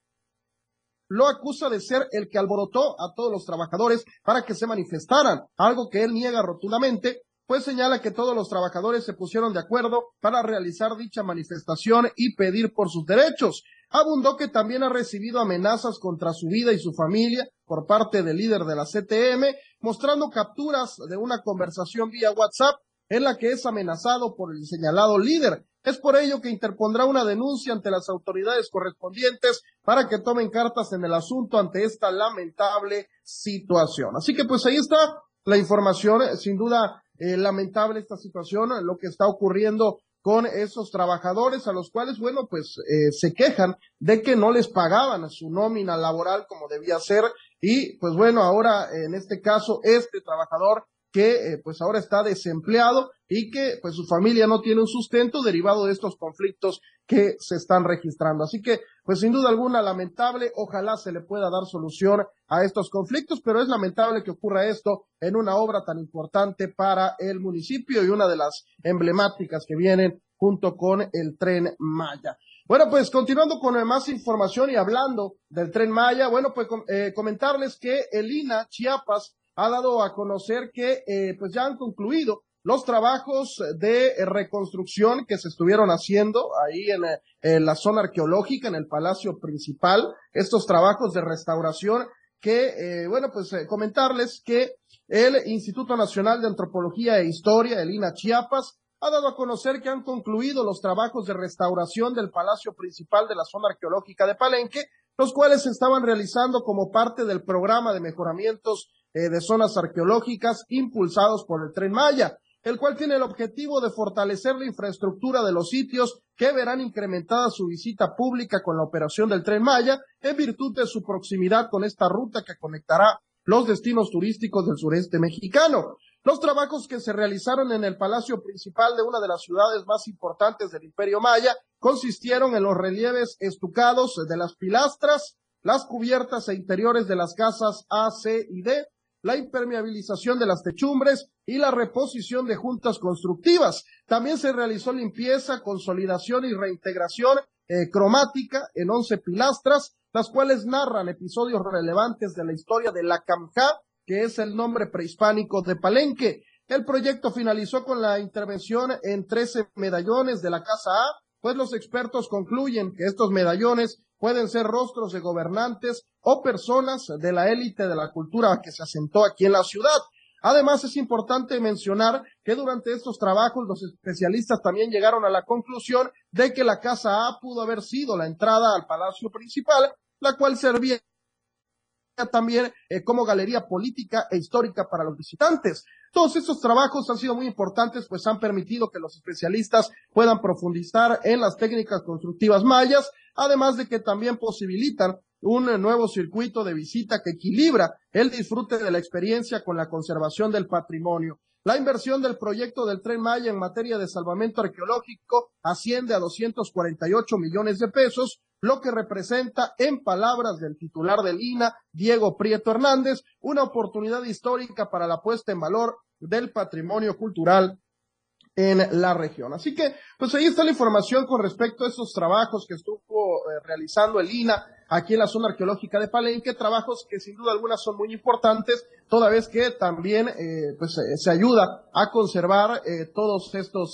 lo acusa de ser el que alborotó a todos los trabajadores para que se manifestaran, algo que él niega rotundamente, pues señala que todos los trabajadores se pusieron de acuerdo para realizar dicha manifestación y pedir por sus derechos. Abundó que también ha recibido amenazas contra su vida y su familia por parte del líder de la CTM, mostrando capturas de una conversación vía WhatsApp en la que es amenazado por el señalado líder. Es por ello que interpondrá una denuncia ante las autoridades correspondientes para que tomen cartas en el asunto ante esta lamentable situación. Así que pues ahí está la información, sin duda lamentable esta situación, lo que está ocurriendo con esos trabajadores a los cuales, bueno, pues se quejan de que no les pagaban su nómina laboral como debía ser y pues bueno, ahora en este caso este trabajador que pues ahora está desempleado y que pues su familia no tiene un sustento derivado de estos conflictos que se están registrando. Así que pues sin duda alguna lamentable, ojalá se le pueda dar solución a estos conflictos, pero es lamentable que ocurra esto en una obra tan importante para el municipio y una de las emblemáticas que vienen junto con el Tren Maya. Bueno, pues continuando con más información y hablando del Tren Maya, bueno, pues comentarles que el INAH Chiapas ha dado a conocer que pues ya han concluido los trabajos de reconstrucción que se estuvieron haciendo ahí en la zona arqueológica, en el Palacio Principal, estos trabajos de restauración que, bueno, pues comentarles que el Instituto Nacional de Antropología e Historia, el INAH Chiapas, ha dado a conocer que han concluido los trabajos de restauración del Palacio Principal de la zona arqueológica de Palenque, los cuales se estaban realizando como parte del programa de mejoramientos de zonas arqueológicas impulsados por el Tren Maya, el cual tiene el objetivo de fortalecer la infraestructura de los sitios que verán incrementada su visita pública con la operación del Tren Maya en virtud de su proximidad con esta ruta que conectará los destinos turísticos del sureste mexicano. Los trabajos que se realizaron en el Palacio Principal de una de las ciudades más importantes del Imperio Maya consistieron en los relieves estucados de las pilastras, las cubiertas e interiores de las casas A, C y D, la impermeabilización de las techumbres y la reposición de juntas constructivas. También se realizó limpieza, consolidación y reintegración cromática en 11 pilastras, las cuales narran episodios relevantes de la historia de la Camjá, que es el nombre prehispánico de Palenque. El proyecto finalizó con la intervención en 13 medallones de la Casa A, pues los expertos concluyen que estos medallones pueden ser rostros de gobernantes o personas de la élite de la cultura que se asentó aquí en la ciudad. Además, es importante mencionar que durante estos trabajos los especialistas también llegaron a la conclusión de que la Casa A pudo haber sido la entrada al Palacio Principal, la cual servía también como galería política e histórica para los visitantes. Todos estos trabajos han sido muy importantes, pues han permitido que los especialistas puedan profundizar en las técnicas constructivas mayas, además de que también posibilitan un nuevo circuito de visita que equilibra el disfrute de la experiencia con la conservación del patrimonio. La inversión del proyecto del Tren Maya en materia de salvamento arqueológico asciende a 248 millones de pesos, lo que representa, en palabras del titular del INAH, Diego Prieto Hernández, una oportunidad histórica para la puesta en valor del patrimonio cultural en la región. Así que, pues ahí está la información con respecto a esos trabajos que estuvo realizando el INAH aquí en la zona arqueológica de Palenque, trabajos que sin duda alguna son muy importantes, toda vez que también se ayuda a conservar todos estos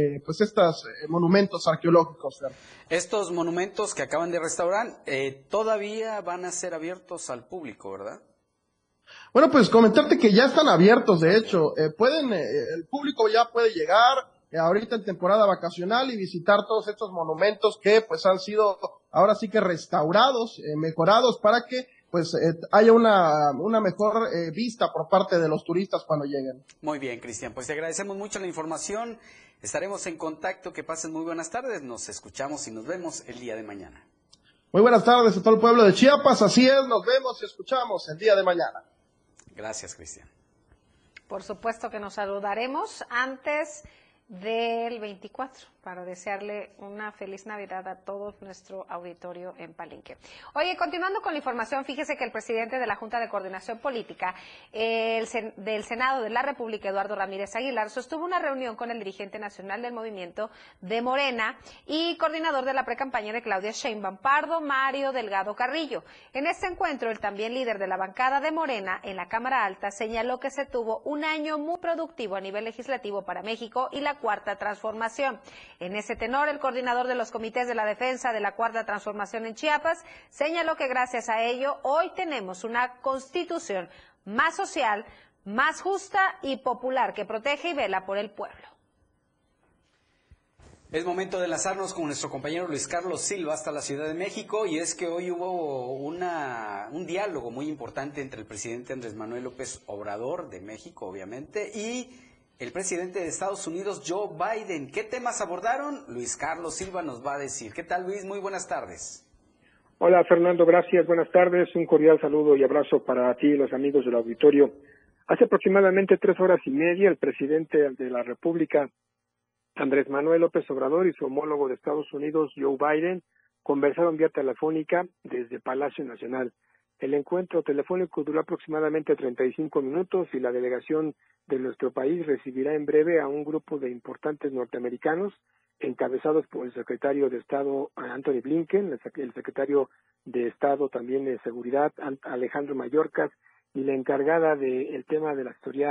monumentos arqueológicos. Estos monumentos que acaban de restaurar todavía van a ser abiertos al público, ¿verdad? Bueno, pues comentarte que ya están abiertos, de hecho, el público ya puede llegar ahorita en temporada vacacional y visitar todos estos monumentos que pues han sido ahora sí que restaurados, mejorados para que pues haya una mejor vista por parte de los turistas cuando lleguen. Muy bien, Cristian, pues te agradecemos mucho la información, estaremos en contacto, que pasen muy buenas tardes, nos escuchamos y nos vemos el día de mañana. Muy buenas tardes a todo el pueblo de Chiapas, así es, nos vemos y escuchamos el día de mañana. Gracias, Cristian. Por supuesto que nos saludaremos antes del 24 para desearle una feliz Navidad a todo nuestro auditorio en Palenque. Oye, continuando con la información, fíjese que el presidente de la Junta de Coordinación Política del Senado de la República, Eduardo Ramírez Aguilar, sostuvo una reunión con el dirigente nacional del movimiento de Morena y coordinador de la precampaña de Claudia Sheinbaum, Pardo Mario Delgado Carrillo. En este encuentro, el también líder de la bancada de Morena en la Cámara Alta señaló que se tuvo un año muy productivo a nivel legislativo para México y la Cuarta Transformación. En ese tenor, el coordinador de los comités de la defensa de la Cuarta Transformación en Chiapas señaló que gracias a ello hoy tenemos una constitución más social, más justa y popular que protege y vela por el pueblo. Es momento de enlazarnos con nuestro compañero Luis Carlos Silva hasta la Ciudad de México, y es que hoy hubo un diálogo muy importante entre el presidente Andrés Manuel López Obrador de México, obviamente, y el presidente de Estados Unidos, Joe Biden. ¿Qué temas abordaron? Luis Carlos Silva nos va a decir. ¿Qué tal, Luis? Muy buenas tardes. Hola, Fernando, gracias. Buenas tardes. Un cordial saludo y abrazo para ti y los amigos del auditorio. Hace aproximadamente 3 horas y media, el presidente de la República, Andrés Manuel López Obrador, y su homólogo de Estados Unidos, Joe Biden, conversaron vía telefónica desde Palacio Nacional. El encuentro telefónico duró aproximadamente 35 minutos y la delegación de nuestro país recibirá en breve a un grupo de importantes norteamericanos encabezados por el secretario de Estado Antony Blinken, el secretario de Estado también de Seguridad Alejandro Mayorkas, y la encargada del tema de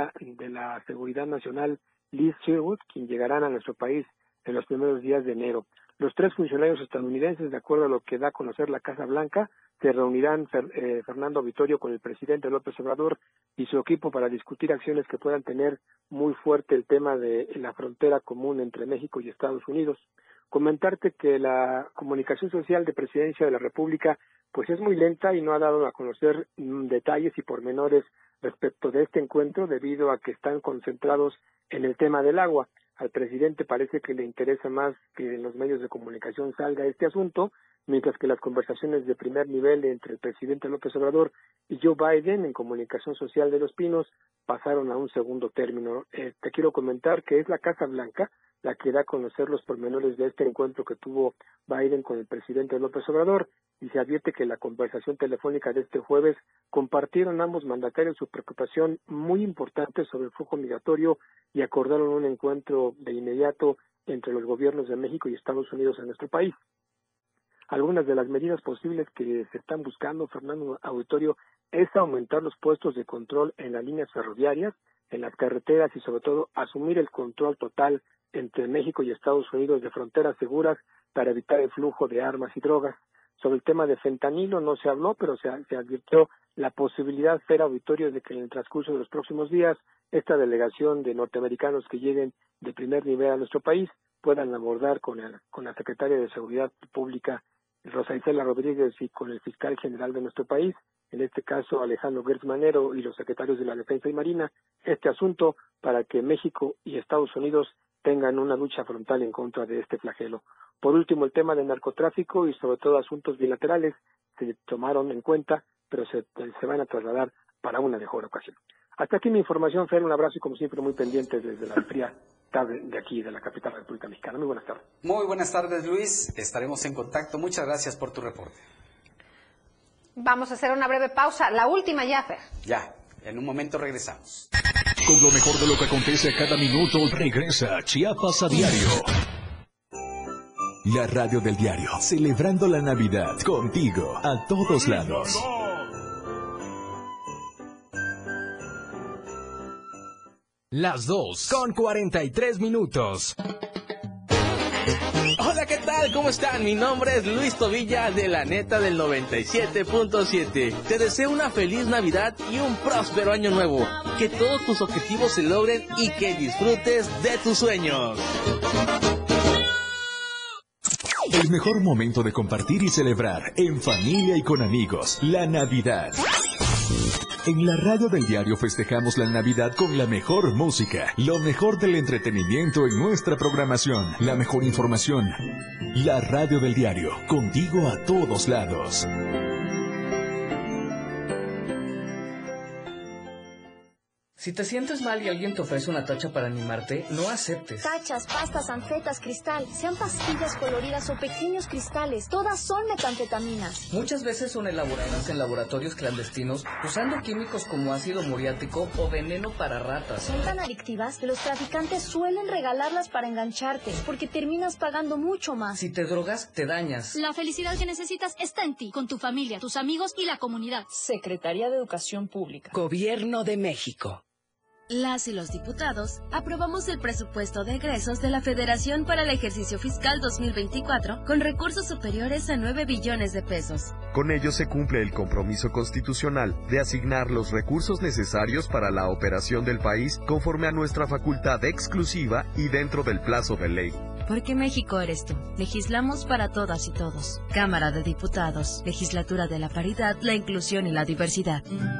la seguridad nacional, Liz Sherwood, quien llegarán a nuestro país en los primeros días de enero. Los 3 funcionarios estadounidenses, de acuerdo a lo que da a conocer la Casa Blanca, se reunirán, Fernando Auditorio, con el presidente López Obrador y su equipo para discutir acciones que puedan tener muy fuerte el tema de la frontera común entre México y Estados Unidos. Comentarte que la comunicación social de Presidencia de la República pues es muy lenta y no ha dado a conocer detalles y pormenores respecto de este encuentro, debido a que están concentrados en el tema del agua. Al presidente parece que le interesa más que en los medios de comunicación salga este asunto, mientras que las conversaciones de primer nivel entre el presidente López Obrador y Joe Biden en Comunicación Social de Los Pinos pasaron a un segundo término. Te quiero comentar que es la Casa Blanca la que da a conocer los pormenores de este encuentro que tuvo Biden con el presidente López Obrador, y se advierte que en la conversación telefónica de este jueves compartieron ambos mandatarios su preocupación muy importante sobre el flujo migratorio y acordaron un encuentro de inmediato entre los gobiernos de México y Estados Unidos en nuestro país. Algunas de las medidas posibles que se están buscando, Fernando Auditorio, es aumentar los puestos de control en las líneas ferroviarias, en las carreteras y sobre todo asumir el control total entre México y Estados Unidos de fronteras seguras para evitar el flujo de armas y drogas. Sobre el tema de fentanilo no se habló, pero se advirtió la posibilidad, Fer Auditorio, de que en el transcurso de los próximos días esta delegación de norteamericanos que lleguen de primer nivel a nuestro país puedan abordar con la secretaria de Seguridad Pública, Rosa Isela Rodríguez, y con el fiscal general de nuestro país, en este caso Alejandro Gertz Manero, y los secretarios de la Defensa y Marina, este asunto para que México y Estados Unidos tengan una lucha frontal en contra de este flagelo. Por último, el tema del narcotráfico y sobre todo asuntos bilaterales se tomaron en cuenta, pero se van a trasladar para una mejor ocasión. Hasta aquí mi información, Fer, un abrazo y como siempre muy pendientes desde la fría tarde de aquí, de la capital de la República Mexicana. Muy buenas tardes. Muy buenas tardes, Luis. Estaremos en contacto. Muchas gracias por tu reporte. Vamos a hacer una breve pausa, la última ya, Fer. Ya, en un momento regresamos. Con lo mejor de lo que acontece a cada minuto, regresa Chiapas a Diario. La radio del diario, celebrando la Navidad contigo a todos lados. Las 2:43. Hola, ¿qué tal? ¿Cómo están? Mi nombre es Luis Tobilla de La Neta del 97.7. Te deseo una feliz Navidad y un próspero año nuevo. Que todos tus objetivos se logren y que disfrutes de tus sueños. El mejor momento de compartir y celebrar en familia y con amigos la Navidad. En la radio del diario festejamos la Navidad con la mejor música, lo mejor del entretenimiento en nuestra programación, la mejor información. La radio del diario, contigo a todos lados. Si te sientes mal y alguien te ofrece una tacha para animarte, no aceptes. Tachas, pastas, anfetas, cristal, sean pastillas coloridas o pequeños cristales, todas son metanfetaminas. Muchas veces son elaboradas en laboratorios clandestinos usando químicos como ácido muriático o veneno para ratas. Son tan adictivas que los traficantes suelen regalarlas para engancharte, porque terminas pagando mucho más. Si te drogas, te dañas. La felicidad que necesitas está en ti, con tu familia, tus amigos y la comunidad. Secretaría de Educación Pública. Gobierno de México. Las y los diputados aprobamos el presupuesto de egresos de la Federación para el ejercicio fiscal 2024 con recursos superiores a 9 billones de pesos. Con ello se cumple el compromiso constitucional de asignar los recursos necesarios para la operación del país conforme a nuestra facultad exclusiva y dentro del plazo de ley. Porque México eres tú. Legislamos para todas y todos. Cámara de Diputados. Legislatura de la Paridad, la Inclusión y la Diversidad.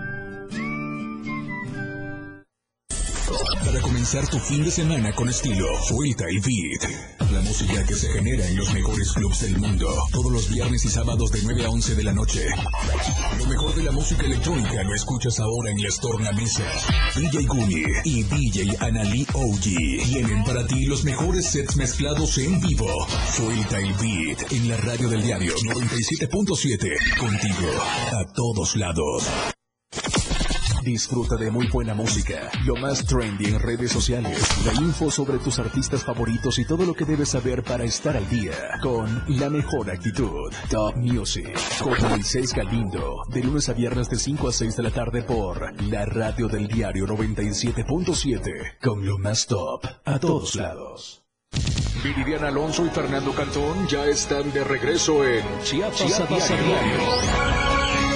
Para comenzar tu fin de semana con estilo, Suelta el Beat. La música que se genera en los mejores clubs del mundo. Todos los viernes y sábados de 9 a 11 de la noche. Lo mejor de la música electrónica lo escuchas ahora en las tornamesas. DJ Guni y DJ Anali OG tienen para ti los mejores sets mezclados en vivo. Suelta el Beat en la radio del diario 97.7. Contigo a todos lados. Disfruta de muy buena música, lo más trendy en redes sociales, la info sobre tus artistas favoritos y todo lo que debes saber para estar al día con la mejor actitud. Top Music con Moisés Galindo, de lunes a viernes de 5 a 6 de la tarde por la radio del diario 97.7, con lo más top a todos lados. Viridiana Alonso y Fernando Cantón ya están de regreso en Chiapas a Diario.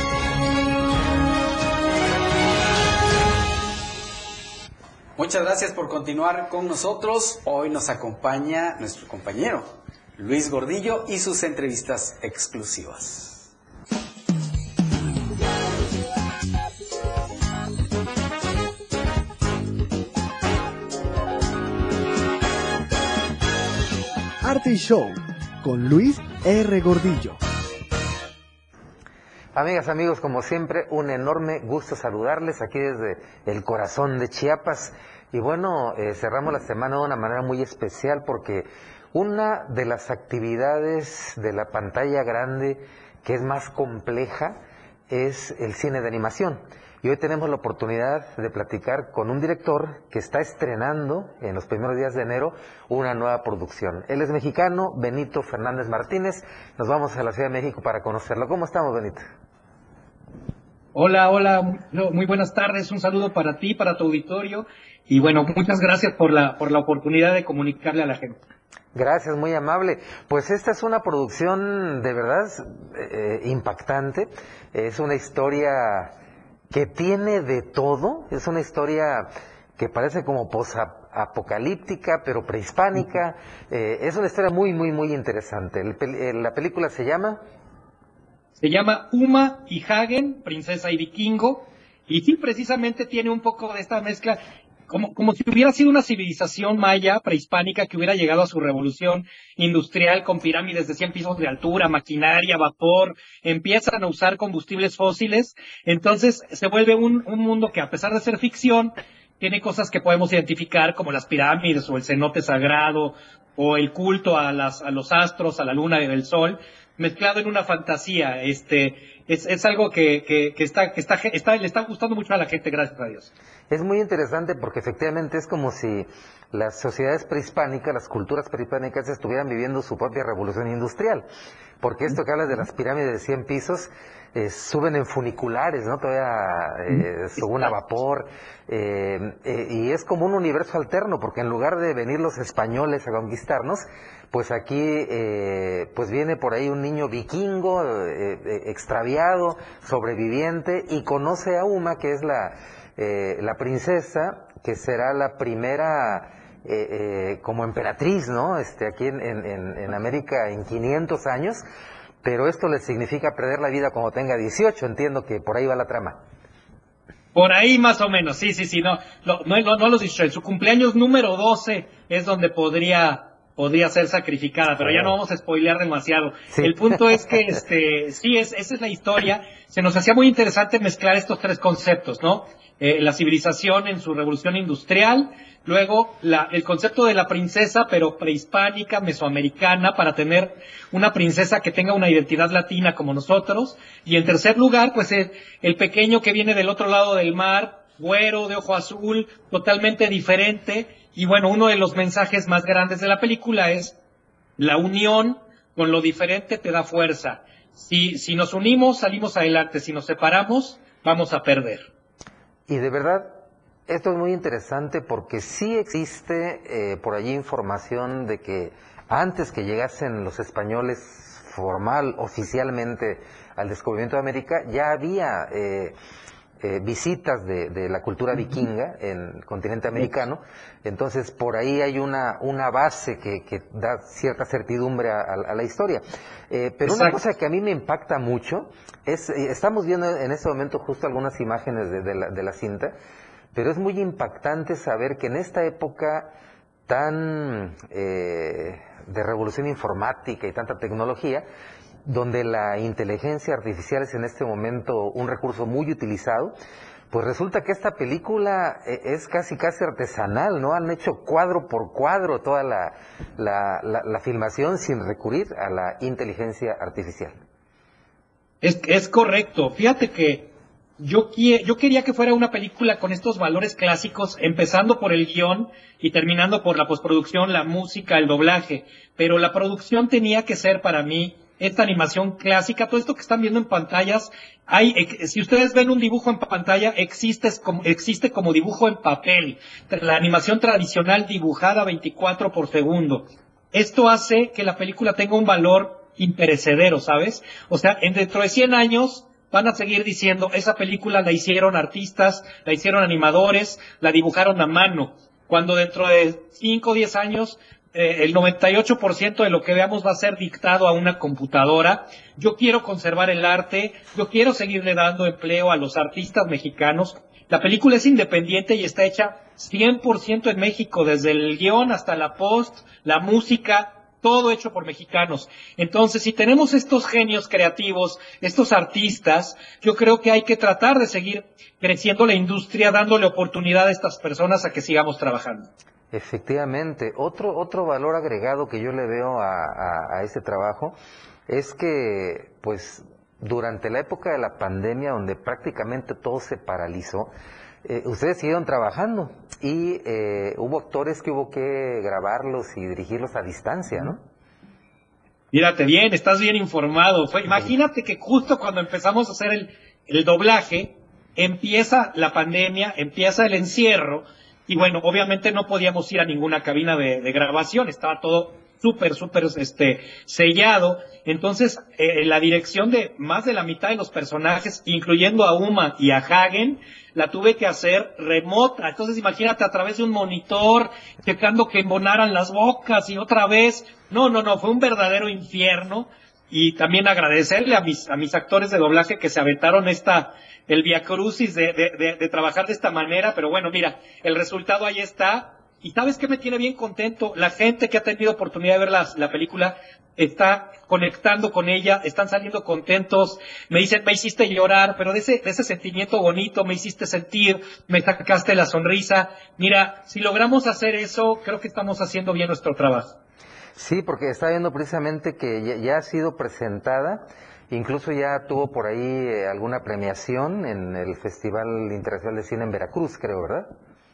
Muchas gracias por continuar con nosotros. Hoy nos acompaña nuestro compañero Luis Gordillo y sus entrevistas exclusivas. Arte y Show con Luis R. Gordillo. Amigas, amigos, como siempre, un enorme gusto saludarles aquí desde el corazón de Chiapas. Y bueno, cerramos la semana de una manera muy especial porque una de las actividades de la pantalla grande que es más compleja es el cine de animación. Y hoy tenemos la oportunidad de platicar con un director que está estrenando en los primeros días de enero una nueva producción. Él es mexicano, Benito Fernández Martínez. Nos vamos a la Ciudad de México para conocerlo. ¿Cómo estamos, Benito? Hola, muy buenas tardes. Un saludo para ti, para tu auditorio. Y bueno, muchas gracias por la oportunidad de comunicarle a la gente. Gracias, muy amable. Pues esta es una producción de verdad impactante. Es una historia que tiene de todo, es una historia que parece como posapocalíptica, pero prehispánica. Es una historia muy, muy, muy interesante. La película se llama... Se llama Uma y Hagen, Princesa y Vikingo, y sí, precisamente tiene un poco de esta mezcla, como si hubiera sido una civilización maya prehispánica que hubiera llegado a su revolución industrial con pirámides de 100 pisos de altura, maquinaria, vapor, empiezan a usar combustibles fósiles, entonces se vuelve un mundo que a pesar de ser ficción, tiene cosas que podemos identificar como las pirámides o el cenote sagrado o el culto a los astros, a la luna y al sol, mezclado en una fantasía. Es algo que le está gustando mucho a la gente, gracias a Dios. Es muy interesante porque efectivamente es como si las sociedades prehispánicas, las culturas prehispánicas estuvieran viviendo su propia revolución industrial. Porque esto que hablas de las pirámides de 100 pisos, suben en funiculares, ¿no? Todavía suben a vapor, y es como un universo alterno, porque en lugar de venir los españoles a conquistarnos, pues aquí pues viene por ahí un niño vikingo, extraviado, sobreviviente, y conoce a Uma, que es la princesa, que será la primera como emperatriz, ¿no? Aquí en América en 500 años, pero esto le significa perder la vida cuando tenga 18, entiendo que por ahí va la trama. Por ahí más o menos, sí, no los dicho, en su cumpleaños número 12 es donde podría ser sacrificada, pero ya no vamos a spoilear demasiado. Sí. El punto es que, esa es la historia. Se nos hacía muy interesante mezclar estos tres conceptos, ¿no? la civilización en su revolución industrial, luego el concepto de la princesa, pero prehispánica, mesoamericana, para tener una princesa que tenga una identidad latina como nosotros, y en tercer lugar, pues el pequeño que viene del otro lado del mar, güero, de ojo azul, totalmente diferente, y bueno, uno de los mensajes más grandes de la película es la unión con lo diferente te da fuerza. Si nos unimos, salimos adelante. Si nos separamos, vamos a perder. Y de verdad, esto es muy interesante porque sí existe por allí información de que antes que llegasen los españoles oficialmente al descubrimiento de América, ya había visitas de la cultura vikinga en el continente americano. Entonces por ahí hay una base que da cierta certidumbre a la historia. Pero exacto. Una cosa que a mí me impacta mucho es, estamos viendo en este momento justo algunas imágenes de la cinta, pero es muy impactante saber que en esta época tan de revolución informática y tanta tecnología, donde la inteligencia artificial es en este momento un recurso muy utilizado, pues resulta que esta película es casi artesanal, ¿no? Han hecho cuadro por cuadro toda la filmación sin recurrir a la inteligencia artificial. Es correcto. Fíjate que yo quería que fuera una película con estos valores clásicos, empezando por el guión y terminando por la postproducción, la música, el doblaje, pero la producción tenía que ser para mí esta animación clásica. Todo esto que están viendo en pantallas, si ustedes ven un dibujo en pantalla, existe como dibujo en papel, la animación tradicional dibujada 24 por segundo. Esto hace que la película tenga un valor imperecedero, ¿sabes? O sea, dentro de 100 años van a seguir diciendo, esa película la hicieron artistas, la hicieron animadores, la dibujaron a mano. Cuando dentro de 5 o 10 años el 98% de lo que veamos va a ser dictado a una computadora. Yo quiero conservar el arte, yo quiero seguirle dando empleo a los artistas mexicanos. La película es independiente y está hecha 100% en México, desde el guión hasta la post, la música, todo hecho por mexicanos. Entonces, si tenemos estos genios creativos, estos artistas, yo creo que hay que tratar de seguir creciendo la industria, dándole oportunidad a estas personas a que sigamos trabajando. Efectivamente, otro valor agregado que yo le veo a ese trabajo es que, pues, durante la época de la pandemia, donde prácticamente todo se paralizó, ustedes siguieron trabajando y hubo actores que hubo que grabarlos y dirigirlos a distancia, ¿no? Mírate bien, estás bien informado. Imagínate que justo cuando empezamos a hacer el doblaje, empieza la pandemia, empieza el encierro. Y bueno, obviamente no podíamos ir a ninguna cabina de grabación, estaba todo súper sellado. Entonces, la dirección de más de la mitad de los personajes, incluyendo a Uma y a Hagen, la tuve que hacer remota. Entonces, imagínate a través de un monitor, checando que embonaran las bocas y otra vez. No, fue un verdadero infierno. Y también agradecerle a mis actores de doblaje que se aventaron el viacrucis de trabajar de esta manera, pero bueno, mira, el resultado ahí está. Y ¿sabes qué me tiene bien contento? La gente que ha tenido oportunidad de ver la película está conectando con ella, están saliendo contentos, me dicen, me hiciste llorar, pero de ese sentimiento bonito, me hiciste sentir, me sacaste la sonrisa. Mira, si logramos hacer eso, creo que estamos haciendo bien nuestro trabajo. Sí, porque está viendo precisamente que ya ha sido presentada, incluso ya tuvo por ahí alguna premiación en el Festival Internacional de Cine en Veracruz, creo, ¿verdad?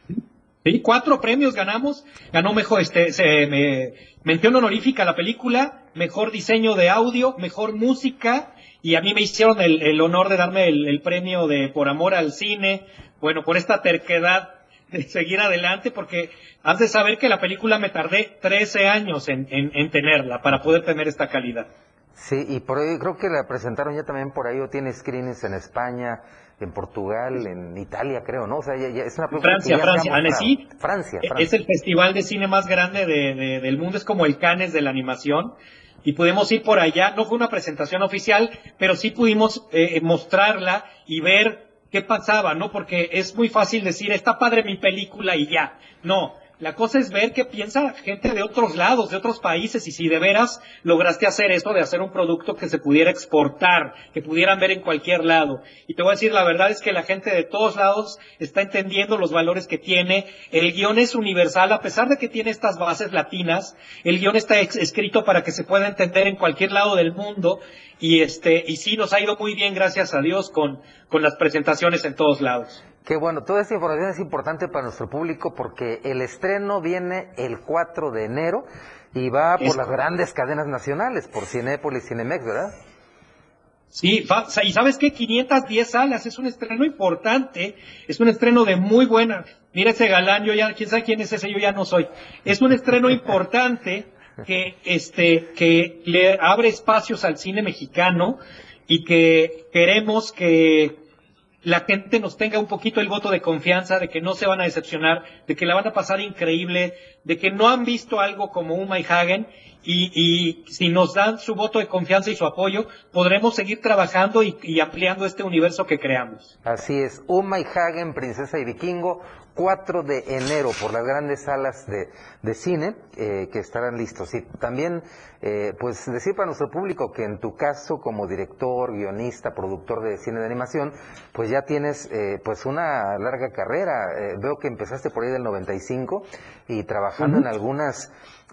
Sí, 4 premios ganamos, ganó mejor, mención honorífica a la película, mejor diseño de audio, mejor música, y a mí me hicieron el honor de darme el premio por amor al cine, bueno, por esta terquedad de seguir adelante, porque has de saber que la película me tardé 13 años en tenerla, para poder tener esta calidad. Sí, y por ahí creo que la presentaron ya también por ahí, o tiene screenings en España, en Portugal, en Italia, creo, ¿no? O sea, ya es una película Francia. Es el festival de cine más grande del mundo, es como el Cannes de la animación, y pudimos ir por allá. No fue una presentación oficial, pero sí pudimos mostrarla y ver qué pasaba, ¿no? Porque es muy fácil decir, está padre mi película y ya. No, La cosa es ver qué piensa gente de otros lados, de otros países, y si de veras lograste hacer esto de hacer un producto que se pudiera exportar, que pudieran ver en cualquier lado. Y te voy a decir, la verdad es que la gente de todos lados está entendiendo los valores que tiene. El guión es universal, a pesar de que tiene estas bases latinas, el guión está escrito para que se pueda entender en cualquier lado del mundo, y sí nos ha ido muy bien, gracias a Dios, con las presentaciones en todos lados. Qué bueno, toda esta información es importante para nuestro público porque el estreno viene el 4 de enero y va por las grandes cadenas nacionales, por Cinépolis y Cinemex, ¿verdad? Sí, y ¿sabes qué? 510 salas, es un estreno importante, es un estreno de muy buena. Mira ese galán, quién sabe quién es ese, yo ya no soy. Es un estreno importante que le abre espacios al cine mexicano y que queremos que la gente nos tenga un poquito el voto de confianza, de que no se van a decepcionar, de que la van a pasar increíble, de que no han visto algo como Uma y Hagen, y si nos dan su voto de confianza y su apoyo, podremos seguir trabajando y ampliando este universo que creamos. Así es, Uma y Hagen, Princesa y Vikingo, 4 de enero por las grandes salas de cine que estarán listos. Y también, pues decir para nuestro público que en tu caso como director, guionista, productor de cine de animación, pues ya tienes pues una larga carrera. Veo que empezaste por ahí del 95 y trabajando en algunas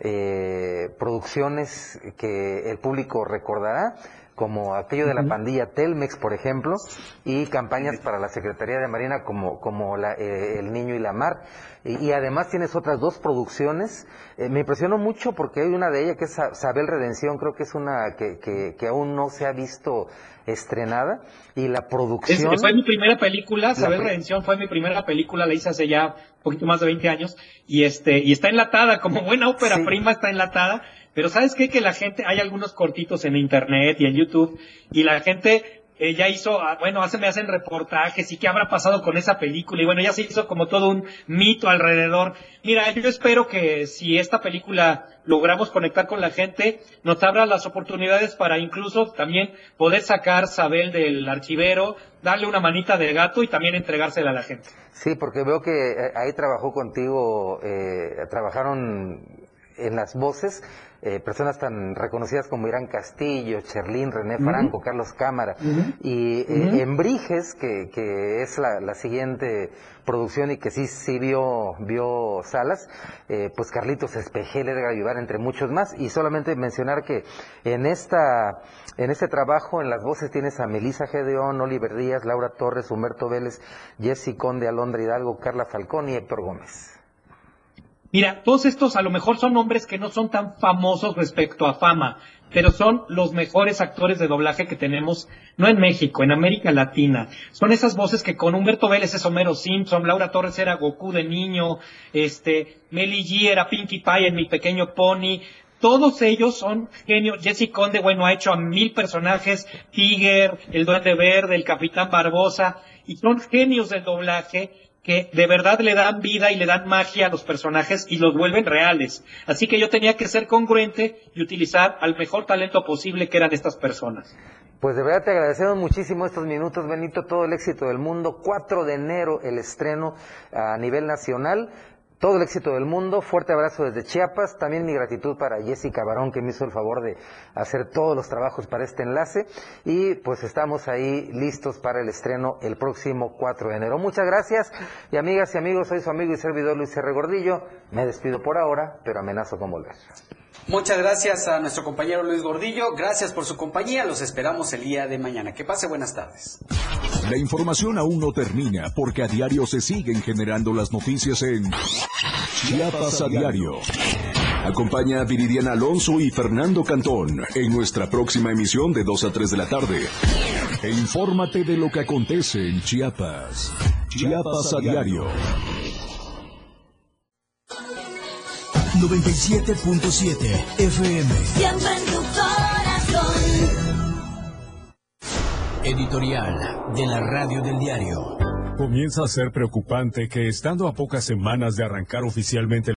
producciones que el público recordará, como aquello de la pandilla Telmex, por ejemplo, y campañas para la Secretaría de Marina como El Niño y la Mar. Y además tienes otras 2 producciones. Me impresionó mucho porque hay una de ellas que es Sabel Redención, creo que es una que aún no se ha visto estrenada, y la producción... Fue mi primera película, Sabel Redención fue mi primera película, la hice hace ya un poquito más de 20 años, y está enlatada, como buena ópera prima está enlatada. Pero ¿sabes qué? Que la gente, hay algunos cortitos en internet y en YouTube, y la gente ya hizo, me hacen reportajes, y qué habrá pasado con esa película, y bueno, ya se hizo como todo un mito alrededor. Mira, yo espero que si esta película logramos conectar con la gente, nos abra las oportunidades para incluso también poder sacar Sabel del archivero, darle una manita de gato y también entregársela a la gente. Sí, porque veo que ahí trabajó contigo, trabajaron en las voces personas tan reconocidas como Irán Castillo, Cherlín, René Franco, Carlos Cámara, y en Briges, que es la siguiente producción y que sí vio salas, pues Carlitos Espejel, Edgar Ayudar, entre muchos más. Y solamente mencionar que en este trabajo, en las voces, tienes a Melissa Gedeón, Oliver Díaz, Laura Torres, Humberto Vélez, Jessy Conde, Alondra Hidalgo, Carla Falcón y Héctor Gómez. Mira, todos estos a lo mejor son nombres que no son tan famosos respecto a fama, pero son los mejores actores de doblaje que tenemos, no en México, en América Latina. Son esas voces que con Humberto Vélez es Homero Simpson, Laura Torres era Goku de niño, Meli G era Pinkie Pie en Mi Pequeño Pony. Todos ellos son genios. Jessy Conde, ha hecho a 1000 personajes, Tiger, el Duende Verde, el Capitán Barbosa, y son genios del doblaje que de verdad le dan vida y le dan magia a los personajes y los vuelven reales. Así que yo tenía que ser congruente y utilizar al mejor talento posible que eran estas personas. Pues de verdad te agradecemos muchísimo estos minutos, Benito, todo el éxito del mundo. 4 de enero el estreno a nivel nacional. Todo el éxito del mundo, fuerte abrazo desde Chiapas, también mi gratitud para Jessica Barón, que me hizo el favor de hacer todos los trabajos para este enlace, y pues estamos ahí listos para el estreno el próximo 4 de enero. Muchas gracias, y amigas y amigos, soy su amigo y servidor Luis R. Gordillo, me despido por ahora, pero amenazo con volver. Muchas gracias a nuestro compañero Luis Gordillo, gracias por su compañía, los esperamos el día de mañana. Que pase buenas tardes. La información aún no termina porque a diario se siguen generando las noticias en Chiapas a Diario. Acompaña a Viridiana Alonso y Fernando Cantón en nuestra próxima emisión de 2 a 3 de la tarde. E infórmate de lo que acontece en Chiapas. Chiapas a Diario. 97.7 FM. Siempre en tu corazón. Editorial de la Radio del Diario. Comienza a ser preocupante que, estando a pocas semanas de arrancar oficialmente